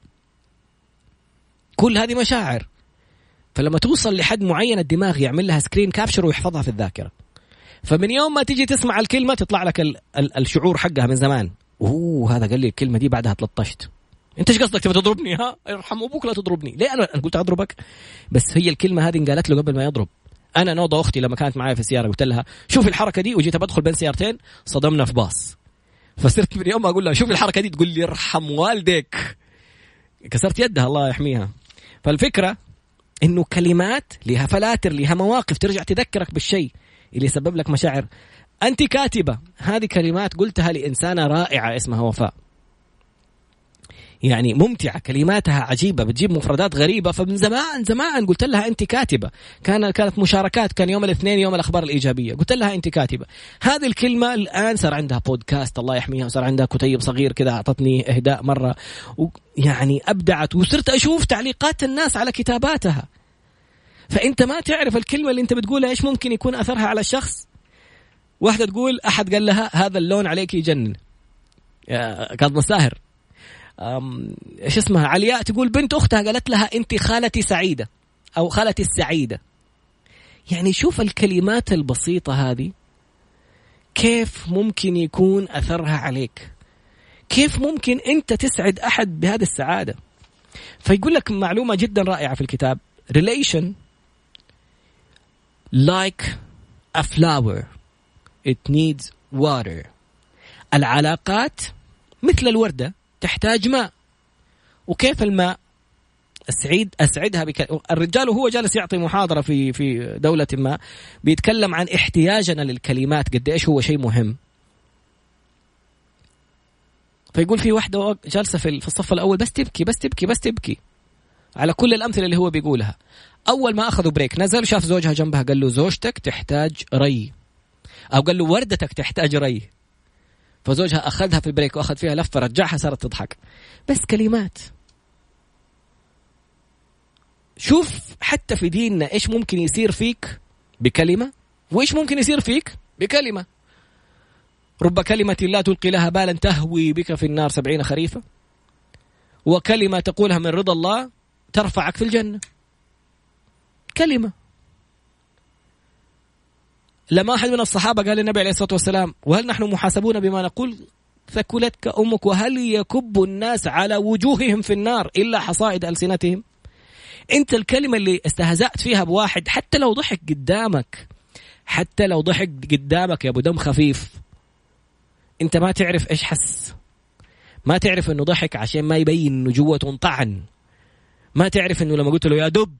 كل هذه مشاعر. فلما توصل لحد معين الدماغ يعمل لها سكرين كابشر ويحفظها في الذاكرة. فمن يوم ما تيجي تسمع الكلمة تطلع لك ال ال الشعور حقها من زمان. اوه هذا قال لي الكلمة دي بعدها تلطشت. انت ايش قصدك تبغى تضربني؟ ها ارحم ابوك لا تضربني. ليه انا قلت اضربك؟ بس هي الكلمة هذه قالت له قبل ما يضرب. انا نوضة اختي لما كانت معايا في السيارة قلت لها شوفي الحركة دي، وجيت بدخل بين سيارتين صدمنا في باص. فصرت من يوم ما اقول لها شوفي الحركة دي تقول لي ارحم والديك، كسرت يدها الله يحميها. فالفكرة انه كلمات لها فلاتر، لها مواقف ترجع تذكرك بالشيء اللي يسبب لك مشاعر. أنت كاتبة، هذه كلمات قلتها لإنسانة رائعة اسمها وفاء، يعني ممتعة، كلماتها عجيبة، بتجيب مفردات غريبة. فمن زمان زمان قلت لها أنت كاتبة. كان كانت مشاركات، كان يوم الاثنين يوم الأخبار الإيجابية، قلت لها أنت كاتبة. هذه الكلمة الآن صار عندها بودكاست الله يحميها، وصار عندها كتيب صغير كذا أعطتني إهداء مرة، يعني أبدعت، وصرت أشوف تعليقات الناس على كتاباتها. فأنت ما تعرف الكلمة اللي أنت بتقولها إيش ممكن يكون أثرها على الشخص. واحدة تقول أحد قال لها هذا اللون عليك يجنن، كاظم الساهر. إيش اسمها علياء تقول بنت أختها قالت لها أنت خالتي سعيدة أو خالتي السعيدة. يعني شوف الكلمات البسيطة هذه كيف ممكن يكون أثرها عليك، كيف ممكن أنت تسعد أحد بهذه السعادة. فيقول لك معلومة جدا رائعة في الكتاب: relation like a flower it needs water. العلاقات مثل الوردة تحتاج ماء. وكيف الماء؟ أسعد أسعدها بك. الرجال وهو جالس يعطي محاضرة في في دولة ما بيتكلم عن احتياجنا للكلمات قد إيش هو شيء مهم. فيقول في واحدة جالسة في الصف الأول بس تبكي بس تبكي بس تبكي على كل الأمثلة اللي هو بيقولها. أول ما أخذوا بريك نزل شاف زوجها جنبها قال له زوجتك تحتاج ري، أو قال له وردتك تحتاج ري. فزوجها أخذها في البريك وأخذ فيها لفة رجعها صارت تضحك. بس كلمات. شوف حتى في ديننا إيش ممكن يصير فيك بكلمة، وإيش ممكن يصير فيك بكلمة. رب كلمة لا تلقي لها بالا تهوي بك في النار سبعين خريفة، وكلمة تقولها من رضا الله ترفعك في الجنة. كلمة. لما أحد من الصحابة قال للنبي عليه الصلاة والسلام وهل نحن محاسبون بما نقول؟ ثكلتك أمك وهل يكب الناس على وجوههم في النار إلا حصائد ألسنتهم. أنت الكلمة اللي استهزأت فيها بواحد حتى لو ضحك قدامك، حتى لو ضحك قدامك يا أبو دم خفيف، أنت ما تعرف إيش حس، ما تعرف إنه ضحك عشان ما يبين إنه جوته طعن، ما تعرف إنه لما قلت له يا دب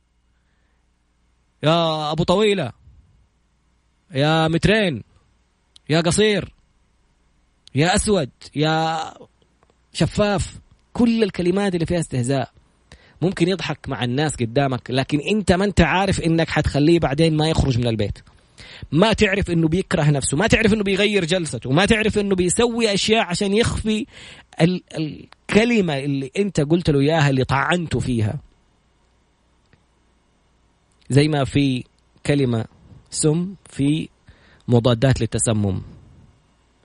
يا أبو طويلة يا مترين يا قصير يا أسود يا شفاف، كل الكلمات اللي فيها استهزاء ممكن يضحك مع الناس قدامك، لكن انت ما انت عارف انك حتخليه بعدين ما يخرج من البيت، ما تعرف انه بيكره نفسه، ما تعرف انه بيغير جلسته، ما تعرف انه بيسوي اشياء عشان يخفي ال- الكلمة اللي انت قلت له اياها اللي طعنته فيها. زي ما في كلمة سم في مضادات للتسمم.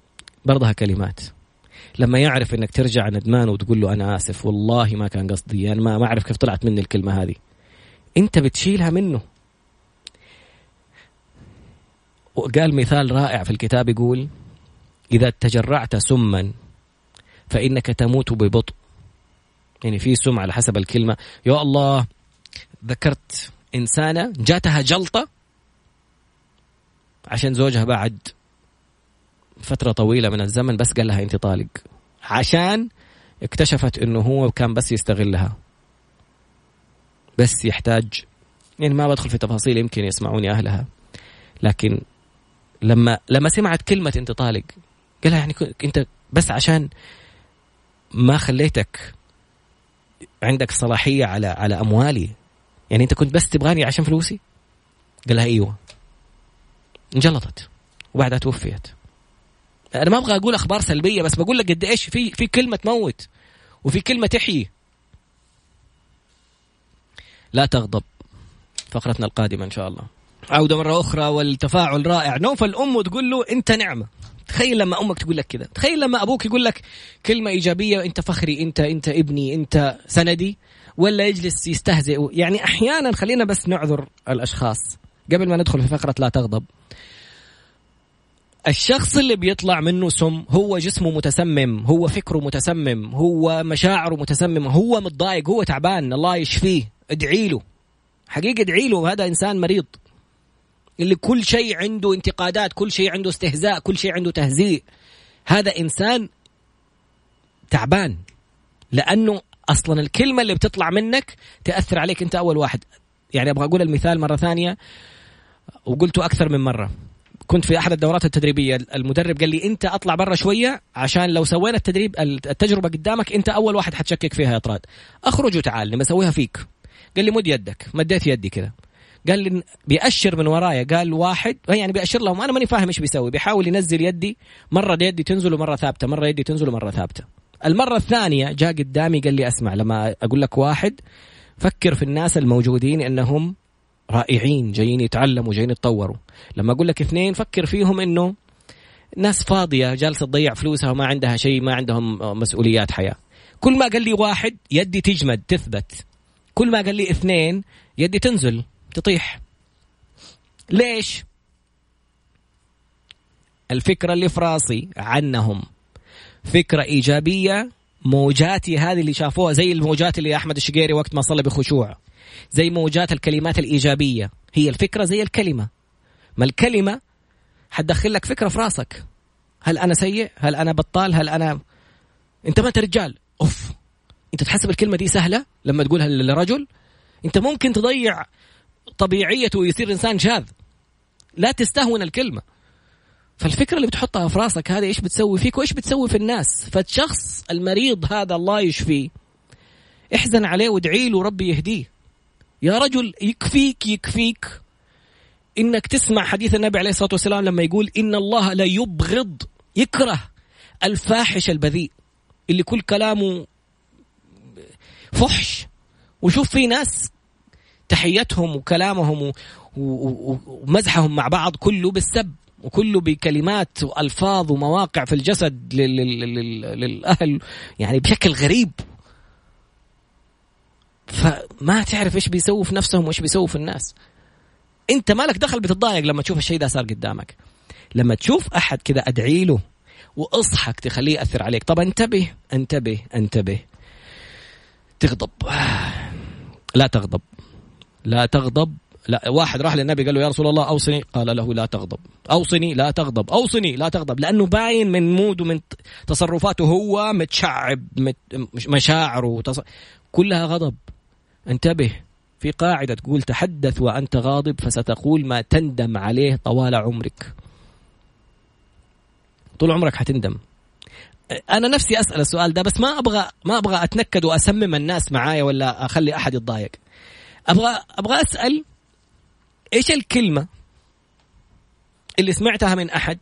برضها كلمات. لما يعرف انك ترجع ندمان وتقول له انا اسف والله ما كان قصدي، انا ما ما اعرف كيف طلعت مني الكلمه هذه، انت بتشيلها منه. وقال مثال رائع في الكتاب، يقول اذا تجرعت سما فانك تموت ببطء. يعني في سم على حسب الكلمه. يا الله، ذكرت انسانه جاتها جلطه عشان زوجها بعد فترة طويلة من الزمن بس قال لها انت طالق، عشان اكتشفت انه هو كان بس يستغلها، بس يحتاج. يعني ما بدخل في تفاصيل يمكن يسمعوني اهلها، لكن لما لما سمعت كلمة انت طالق قال لها يعني انت بس عشان ما خليتك عندك صلاحية على على اموالي، يعني انت كنت بس تبغاني عشان فلوسي. قال لها ايوه. انجلطت وبعدها توفيت. أنا ما أبغى أقول أخبار سلبية، بس بقول لك قد إيش في في كلمة تموت وفي كلمة تحيي. لا تغضب، فقرتنا القادمة إن شاء الله. عودة مرة أخرى والتفاعل رائع. نوفل الأم تقول له أنت نعمة. تخيل لما أمك تقول لك كذا، تخيل لما أبوك يقول لك كلمة إيجابية، أنت فخري، أنت أنت ابني، أنت سندي، ولا يجلس يستهزئ. يعني أحيانا خلينا بس نعذر الأشخاص قبل ما ندخل في فقرة لا تغضب. الشخص اللي بيطلع منه سم هو جسمه متسمم، هو فكره متسمم، هو مشاعره متسمم، هو متضايق، هو تعبان، الله يشفيه. ادعي له حقيقة، ادعي له. هذا إنسان مريض اللي كل شيء عنده انتقادات، كل شيء عنده استهزاء، كل شيء عنده تهزيء. هذا إنسان تعبان، لأنه أصلا الكلمة اللي بتطلع منك تأثر عليك أنت أول واحد. يعني أبغى أقول المثال مرة ثانية وقلته أكثر من مرة. كنت في أحد الدورات التدريبية، المدرب قال لي أنت أطلع برا شوية عشان لو سوينا التدريب التجربة قدامك أنت أول واحد حتشكك فيها يا طراد. أخرج وتعال لما أسويها فيك. قال لي مد يدك. مديت يدي كذا، قال لي بيأشر من ورايا، قال واحد، يعني بيأشر لهم. أنا ماني فاهم إيش بيسوي، بيحاول ينزل يدي، مرة يدي تنزل ومرة ثابتة، مرة يدي تنزل ومرة ثابتة. المرة الثانية جاء قدامي قال لي أسمع، لما أقول لك واحد فكر في الناس الموجودين إنهم رائعين جايين يتعلموا جايين يتطوروا. لما أقول لك اثنين فكر فيهم إنه ناس فاضية جالسة تضيع فلوسها وما عندها شيء، ما عندهم مسؤوليات حياة. كل ما قال لي واحد يدي تجمد تثبت، كل ما قال لي اثنين يدي تنزل تطيح. ليش؟ الفكرة اللي في راسي عنهم فكرة إيجابية. موجاتي هذه اللي شافوها زي الموجات اللي أحمد الشقيري وقت ما صلى بخشوع، زي موجات الكلمات الإيجابية. هي الفكرة زي الكلمة، ما الكلمة حتدخل لك فكرة في راسك. هل أنا سيء؟ هل أنا بطال؟ هل أنا أنت ما أنت رجال؟ أوف، أنت تحسب الكلمة دي سهلة لما تقولها للرجل؟ أنت ممكن تضيع طبيعيته ويصير إنسان شاذ. لا تستهون الكلمة. فالفكرة اللي بتحطها في راسك هذه إيش بتسوي فيك وإيش بتسوي في الناس. فالشخص المريض هذا الله يشفيه، احزن عليه وادعي له ربي يهديه. يا رجل يكفيك يكفيك إنك تسمع حديث النبي عليه الصلاة والسلام لما يقول إن الله لا يبغض، يكره الفاحش البذيء اللي كل كلامه فحش. وشوف في ناس تحيتهم وكلامهم ومزحهم مع بعض كله بالسب وكله بكلمات وألفاظ ومواقع في الجسد للأهل، يعني بشكل غريب. فما تعرف إيش بيسووا في نفسهم وإيش بيسووا في الناس. أنت مالك دخل، بتضايق لما تشوف الشيء ده صار قدامك. لما تشوف أحد كذا أدعي له وأصحك تخليه يأثر عليك. طب انتبه انتبه انتبه. تغضب، لا تغضب لا تغضب. لا، واحد راح للنبي قال له يا رسول الله أوصني، قال له لا تغضب. أوصني لا تغضب، أوصني لا تغضب، لأنه باين من مود ومن تصرفاته هو متشعب، مشاعره تص... كلها غضب. انتبه، في قاعدة تقول تحدث وأنت غاضب فستقول ما تندم عليه طوال عمرك. طول عمرك حتندم. أنا نفسي أسأل السؤال ده، بس ما أبغى ما أبغى أتنكد وأسمم الناس معايا ولا أخلي أحد يتضايق. أبغى أبغى أسأل إيش الكلمة اللي سمعتها من أحد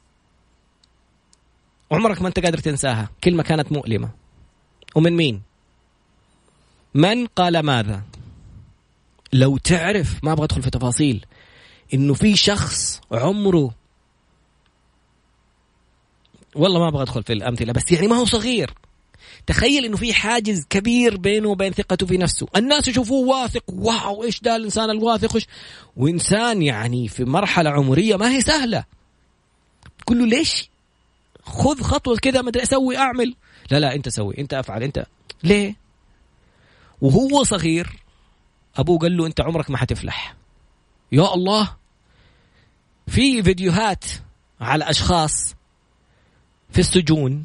عمرك ما أنت قادر تنساها، كلمة كانت مؤلمة، ومن مين؟ من قال ماذا؟ لو تعرف، ما أبغى أدخل في تفاصيل، إنه في شخص عمره والله ما أبغى أدخل في الأمثلة، بس يعني ما هو صغير. تخيل إنه في حاجز كبير بينه وبين ثقته في نفسه. الناس يشوفوه واثق، واو إيش ده الإنسان الواثق، وإنسان يعني في مرحلة عمرية ما هي سهلة. تقول له ليش خذ خطوة كذا، ما أدري أسوي أعمل، لا لا أنت سوي، أنت أفعل، أنت ليه؟ وهو صغير أبوه قال له أنت عمرك ما حتفلح. يا الله، في فيديوهات على أشخاص في السجون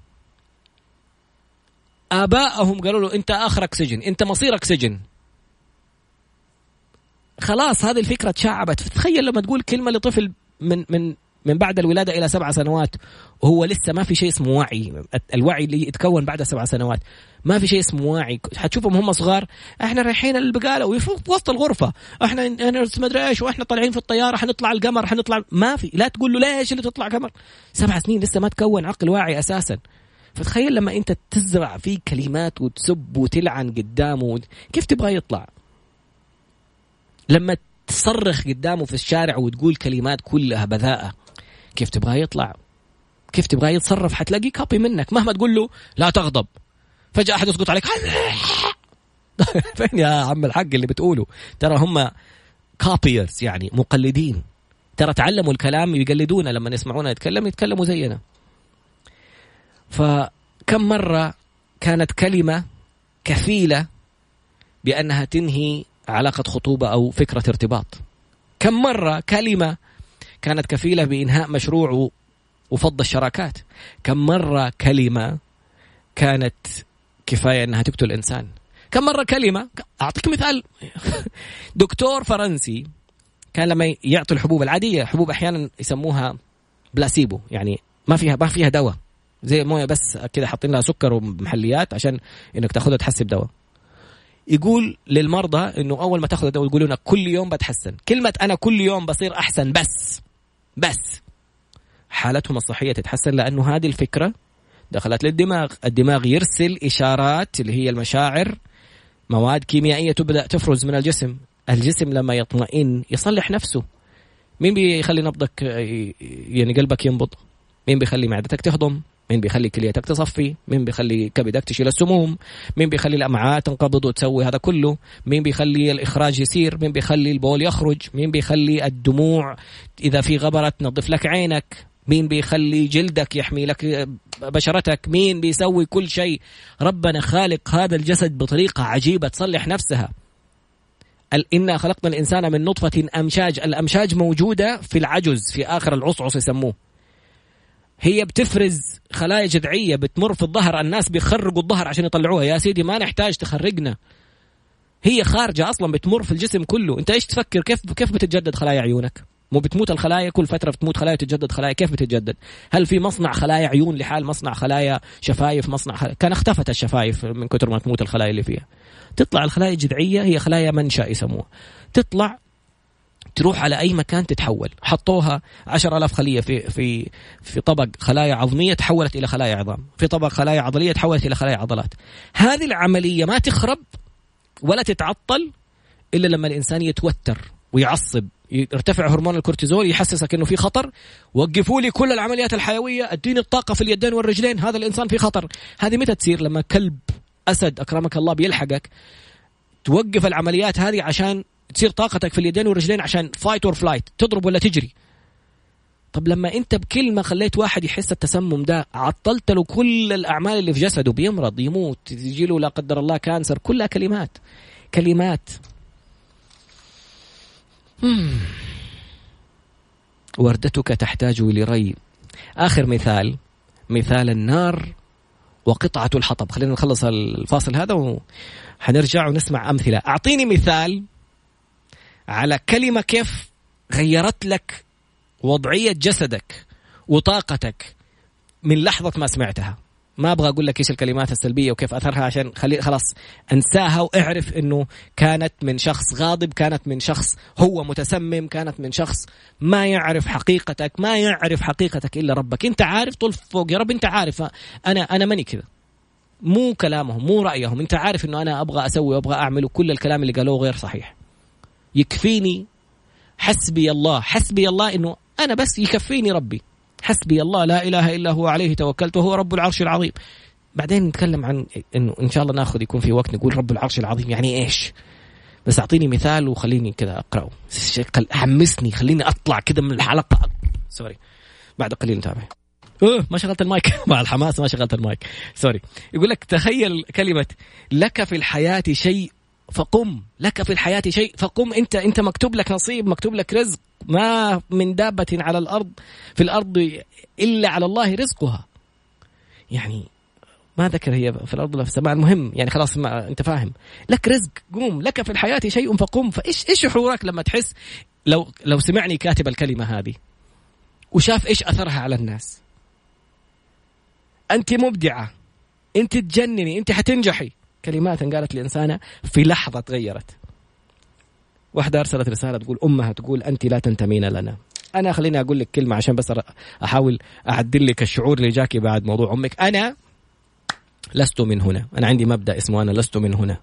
آبائهم قالوا له أنت آخرك سجن، أنت مصيرك سجن. خلاص هذه الفكرة تشعبت. تخيل لما تقول كلمة لطفل من من من بعد الولادة إلى سبع سنوات وهو لسه ما في شيء اسمه وعي. الوعي اللي يتكون بعد سبع سنوات، ما في شيء اسمه وعي. حتشوفهم هم صغار، احنا رايحين البقالة وفي وسط الغرفة، احنا انا ما ادري ايش، واحنا طالعين في الطيارة حنطلع القمر حنطلع. ما في، لا تقول له ليش اللي تطلع قمر، سبع سنين لسه ما تكون عقل واعي أساسا. فتخيل لما انت تزرع فيه كلمات وتسب وتلعن قدامه، كيف تبغى يطلع؟ لما تصرخ قدامه في الشارع وتقول كلمات كلها بذاءة، كيف تبغى يطلع؟ كيف تبغى يتصرف؟ حتلاقي كابي منك مهما تقول له لا تغضب، فجأة أحد يسقط عليك. فين يا عم الحق اللي بتقوله؟ ترى هم كابيرز، يعني مقلدين. ترى تعلموا الكلام يقلدونا، لما يسمعونا يتكلم يتكلموا زينا. فكم مرة كانت كلمة كفيلة بأنها تنهي علاقة خطوبة أو فكرة ارتباط؟ كم مرة كلمة كانت كفيلة بإنهاء مشروع وفض الشراكات؟ كم مرة كلمة كانت كفاية أنها تقتل إنسان؟ كم مرة كلمة، أعطيك مثال. دكتور فرنسي كان لما يعطي الحبوب العادية، حبوب أحيانا يسموها بلاسيبو، يعني ما فيها ما فيها دواء، زي موية بس كده حاطين لها سكر ومحليات عشان إنك تأخذها تحسب دواء. يقول للمرضى إنه أول ما تأخذ الدواء يقولون كل يوم بتحسن. كلمة أنا كل يوم بصير أحسن بس بس حالتهم الصحية تتحسن، لأنه هذه الفكرة دخلت للدماغ. الدماغ يرسل إشارات اللي هي المشاعر، مواد كيميائية تبدأ تفرز من الجسم. الجسم لما يطمئن يصلح نفسه. مين بيخلي نبضك يعني قلبك ينبض؟ مين بيخلي معدتك تهضم؟ مين بيخلي كليتك تصفي؟ مين بيخلي كبدك تشيل السموم؟ مين بيخلي الأمعاء تنقبض وتسوي هذا كله؟ مين بيخلي الإخراج يسير؟ مين بيخلي البول يخرج؟ مين بيخلي الدموع إذا في غبرة تنظف لك عينك؟ مين بيخلي جلدك يحمي لك بشرتك؟ مين بيسوي كل شيء؟ ربنا خالق هذا الجسد بطريقة عجيبة تصلح نفسها. إنا خلقنا الإنسان من نطفة أمشاج. الأمشاج موجودة في العجز، في آخر العصعص يسموه. هي بتفرز خلايا جذعية بتمر في الظهر. الناس بيخرجوا الظهر عشان يطلعوها. يا سيدي ما نحتاج تخرجنا، هي خارجة أصلا بتمر في الجسم كله. أنت إيش تفكر كيف كيف بتتجدد خلايا عيونك؟ مو بتموت الخلايا كل فترة، بتموت خلايا وتتجدد خلايا. كيف بتتجدد؟ هل في مصنع خلايا عيون لحال مصنع خلايا شفايف؟ مصنع خلايا. كان اختفت الشفايف من كتر ما تموت الخلايا اللي فيها. تطلع الخلايا الجذعية، هي خلايا منشأ يسموها، تطلع تروح على أي مكان تتحول. حطوها عشر ألاف خلية في في في طبق خلايا عظمية تحولت إلى خلايا عظام، في طبق خلايا عضلية تحولت إلى خلايا عضلات. هذه العملية ما تخرب ولا تتعطل إلا لما الإنسان يتوتر ويعصب، يرتفع هرمون الكورتيزول يحسسك إنه في خطر. وقفوا لي كل العمليات الحيوية، اديني الطاقة في اليدين والرجلين، هذا الإنسان في خطر. هذه متى تصير؟ لما كلب أسد أكرمك الله بيلحقك، توقف العمليات هذه عشان تصير طاقتك في اليدين والرجلين عشان فايت اور فلايت، تضرب ولا تجري. طب لما انت بكلمة خليت واحد يحس التسمم ده، عطلت له كل الأعمال اللي في جسده، بيمرض يموت يجي له لا قدر الله كانسر. كلها كلمات كلمات. مم. وردتك تحتاج لري. آخر مثال، مثال النار وقطعة الحطب. خلينا نخلص الفاصل هذا وحنرجع ونسمع أمثلة. أعطيني مثال على كلمة كيف غيرت لك وضعية جسدك وطاقتك من لحظة ما سمعتها. ما أبغى أقول لك إيش الكلمات السلبية وكيف أثرها، عشان خلي خلاص أنساها وأعرف إنه كانت من شخص غاضب، كانت من شخص هو متسمم، كانت من شخص ما يعرف حقيقتك. ما يعرف حقيقتك إلا ربك. أنت عارف طول فوق يا رب، أنت عارف أنا أنا ماني كذا. مو كلامهم، مو رأيهم. أنت عارف إنه أنا أبغى أسوي وأبغى أعمل، وكل الكلام اللي قالوه غير صحيح. يكفيني حسبي الله، حسبي الله إنه أنا بس يكفيني ربي. حسبي الله لا إله إلا هو عليه توكلت وهو رب العرش العظيم. بعدين نتكلم عن إنه إن شاء الله ناخذ يكون في وقت نقول رب العرش العظيم يعني إيش، بس أعطيني مثال وخليني كذا أقرأه، حمسني خليني أطلع كذا من الحلقة. سوري بعد قليل نتابع. أوه ما شغلت المايك مع الحماس ما شغلت المايك سوري. يقول لك تخيل كلمة لك في الحياة شيء فقم، لك في الحياة شيء فقم. أنت أنت مكتوب لك نصيب، مكتوب لك رزق، ما من دابة على الأرض في الأرض إلا على الله رزقها. يعني ما ذكر هي في الأرض ولا في السماء، المهم يعني خلاص ما أنت فاهم، لك رزق قوم، لك في الحياة شيء فقم. فإيش إيش شعورك لما تحس لو لو سمعني كاتب الكلمة هذه وشاف إيش أثرها على الناس؟ أنت مبدعة، أنت تجنني، أنت حتنجحي. كلمات قالت لإنسانة في لحظة تغيرت. واحدة أرسلت رسالة تقول أمها تقول أنت لا تنتمين لنا. أنا خليني أقول لك كلمة عشان بس أحاول أعدل لك الشعور اللي جاكي بعد موضوع أمك. أنا لست من هنا، أنا عندي مبدأ اسمه أنا لست من هنا.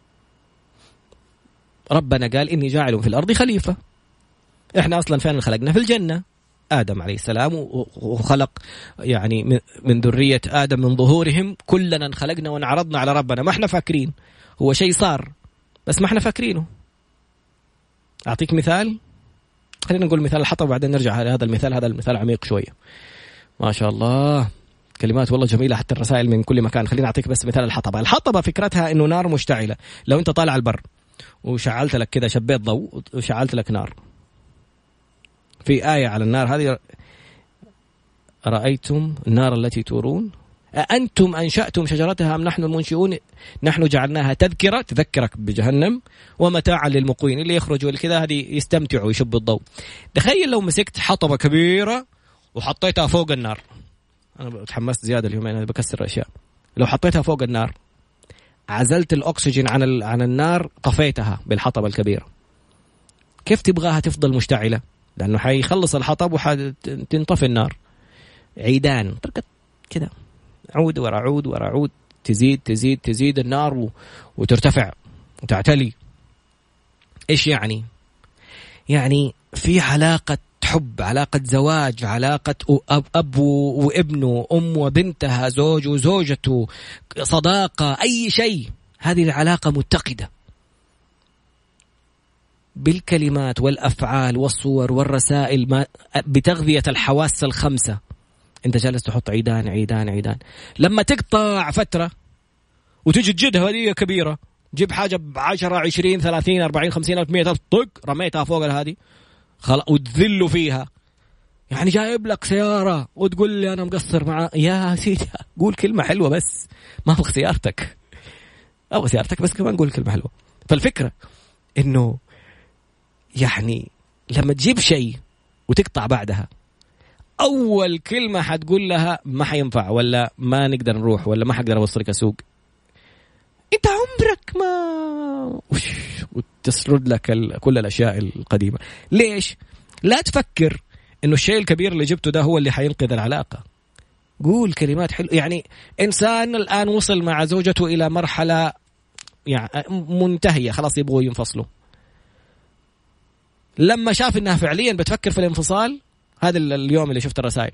ربنا قال إني جاعل في الأرض خليفة. إحنا أصلا فين خلقنا؟ في الجنة، آدم عليه السلام، وخلق يعني من ذرية آدم من ظهورهم كلنا انخلقنا وانعرضنا على ربنا. ما احنا فاكرين، هو شيء صار بس ما احنا فاكرينه. أعطيك مثال، خلينا نقول مثال الحطب وبعدين نرجع على هذا المثال. هذا المثال عميق شوية ما شاء الله، كلمات والله جميلة، حتى الرسائل من كل مكان. خلينا أعطيك بس مثال الحطبة. الحطبة فكرتها إنه نار مشتعلة. لو أنت طالع البر وشعلت لك كذا، شبيت ضوء وشعلت لك نار، في آية على النار هذه، رأيتم النار التي تورون أأنتم أنشأتم شجرتها أم نحن المنشئون نحن جعلناها تذكرة، تذكرك بجهنم ومتاعا للمقوين. اللي يخرجوا كذا هذه يستمتعوا يشبوا الضوء. تخيل لو مسكت حطبة كبيرة وحطيتها فوق النار. أنا تحمست زيادة اليوم، أنا بكسر أشياء. لو حطيتها فوق النار عزلت الأكسجين عن عن النار، طفيتها بالحطبة الكبيرة، كيف تبغاها تفضل مشتعلة؟ لأنه حيخلص الحطب وحتنطفي النار. عيدان طرقت كده، عود ورا عود ورا عود، تزيد تزيد تزيد النار وترتفع وتعتلي. إيش يعني؟ يعني في علاقة حب، علاقة زواج، علاقة أب, أب وابنه، أم وبنتها، زوج وزوجته، صداقة، أي شيء. هذه العلاقة متقدة بالكلمات والأفعال والصور والرسائل، ما بتغذية الحواس الخمسة. أنت جالس تحط عيدان عيدان عيدان، لما تقطع فترة وتجي تجدها هذه كبيرة، جيب حاجة بعشرة عشرين ثلاثين أربعين خمسين ألف مئة طق رميتها فوق هذه خلاص وتذلوا فيها. يعني جايب لك سيارة وتقول لي أنا مقصر مع يا سيدي، قول كلمة حلوة بس، ما أبغى سيارتك، أبغى سيارتك بس كمان قول كلمة حلوة. فالفكرة إنه يعني لما تجيب شيء وتقطع بعدها، أول كلمة حتقول لها ما حينفع، ولا ما نقدر نروح، ولا ما حقدر أوصلك أسوق، أنت عمرك ما، وتسرد لك كل الأشياء القديمة. ليش؟ لا تفكر إنه الشيء الكبير اللي جبته ده هو اللي حينقذ العلاقة. قول كلمات حلوة. يعني إنسان الآن وصل مع زوجته إلى مرحلة يعني منتهية، خلاص يبغوا ينفصلوا، لما شاف إنها فعليا بتفكر في الانفصال، هذا اليوم اللي شفت الرسائل،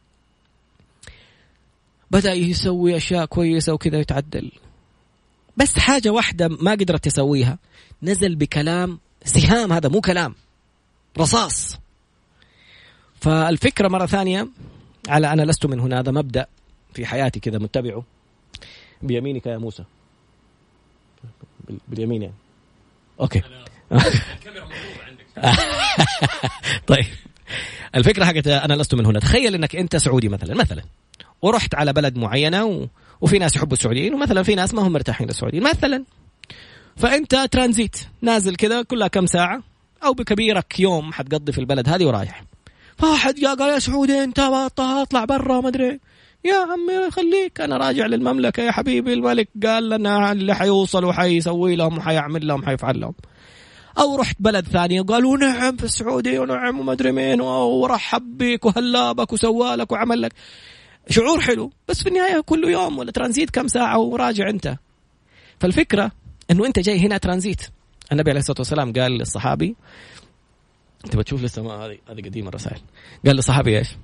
بدأ يسوي أشياء كويسة وكذا يتعدل، بس حاجة واحدة ما قدرت تسويها، نزل بكلام سهام، هذا مو كلام، رصاص. فالفكرة مرة ثانية على أنا لست من هنا، هذا مبدأ في حياتي كذا متبعه. بيمينك يا موسى، باليمين يعني. أوكي الكاميرا مضروبة عندك. طيب الفكرة حقت أنا لست من هنا. تخيل أنك أنت سعودي مثلا مثلا ورحت على بلد معينة و... وفي ناس يحبوا السعوديين، ومثلا في ناس ما هم مرتاحين للسعوديين مثلا، فأنت ترانزيت نازل كذا كلها كم ساعة أو بكبيرك يوم حتقضي في البلد هذه ورايح، فواحد جاء قال يا سعودي أنت اطلع برا ما أدري، يا عمي خليك أنا راجع للمملكة يا حبيبي، الملك قال لنا اللي حيوصل وحيسوي لهم وحيعمل لهم حيفعل لهم. أو رحت بلد ثانية وقالوا نعم في السعودية ونعم وما أدري مين ورحب بك وهلابك وسوالك وعمل لك، شعور حلو، بس في النهاية كل يوم ولا ترانزيت كم ساعة وراجع أنت. فالفكرة إنه أنت جاي هنا ترانزيت. النبي عليه الصلاة والسلام قال للصحابي، أنت بتشوف لسه ما هذه هذه قديمة الرسائل، قال للصحابي إيش؟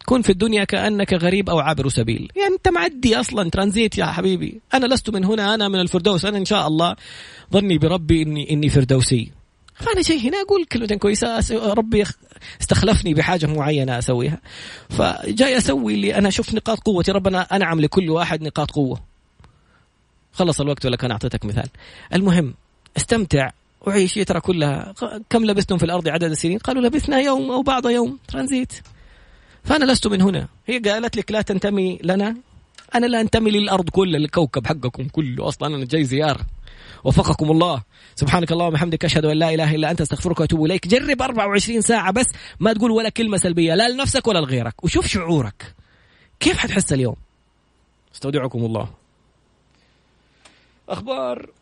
كن في الدنيا كأنك غريب أو عابر سبيل. يعني أنت معدي أصلا ترانزيت يا حبيبي. أنا لست من هنا، أنا من الفردوس، أنا إن شاء الله ظني بربي إني إني فردوسي، فأنا جاي هنا أقول كلمة كويسة، ربي استخلفني بحاجة معينة أسويها، فجاي أسوي اللي أنا أشوف نقاط قوتي. ربنا أنعم لكل واحد نقاط قوة. خلص الوقت ولا كان أعطيتك مثال. المهم استمتع وعيش، ترى كلها. كم لبثتم في الأرض عدد السنين؟ قالوا لبثنا يوم أو بعض يوم، ترانزيت. فأنا لست من هنا. هي قالت لك لا تنتمي لنا، أنا لا أنتمي للأرض كلها، للكوكب حقكم كله، أصلا أنا جاي زيارة. وفقكم الله. سبحانك اللهم وبحمدك، أشهد أن لا إله إلا أنت، أستغفرك وأتوب إليك. جرب أربعة وعشرين ساعة بس ما تقول ولا كلمة سلبية لا لنفسك ولا لغيرك، وشوف شعورك كيف حتحس اليوم. استودعكم الله. أخبار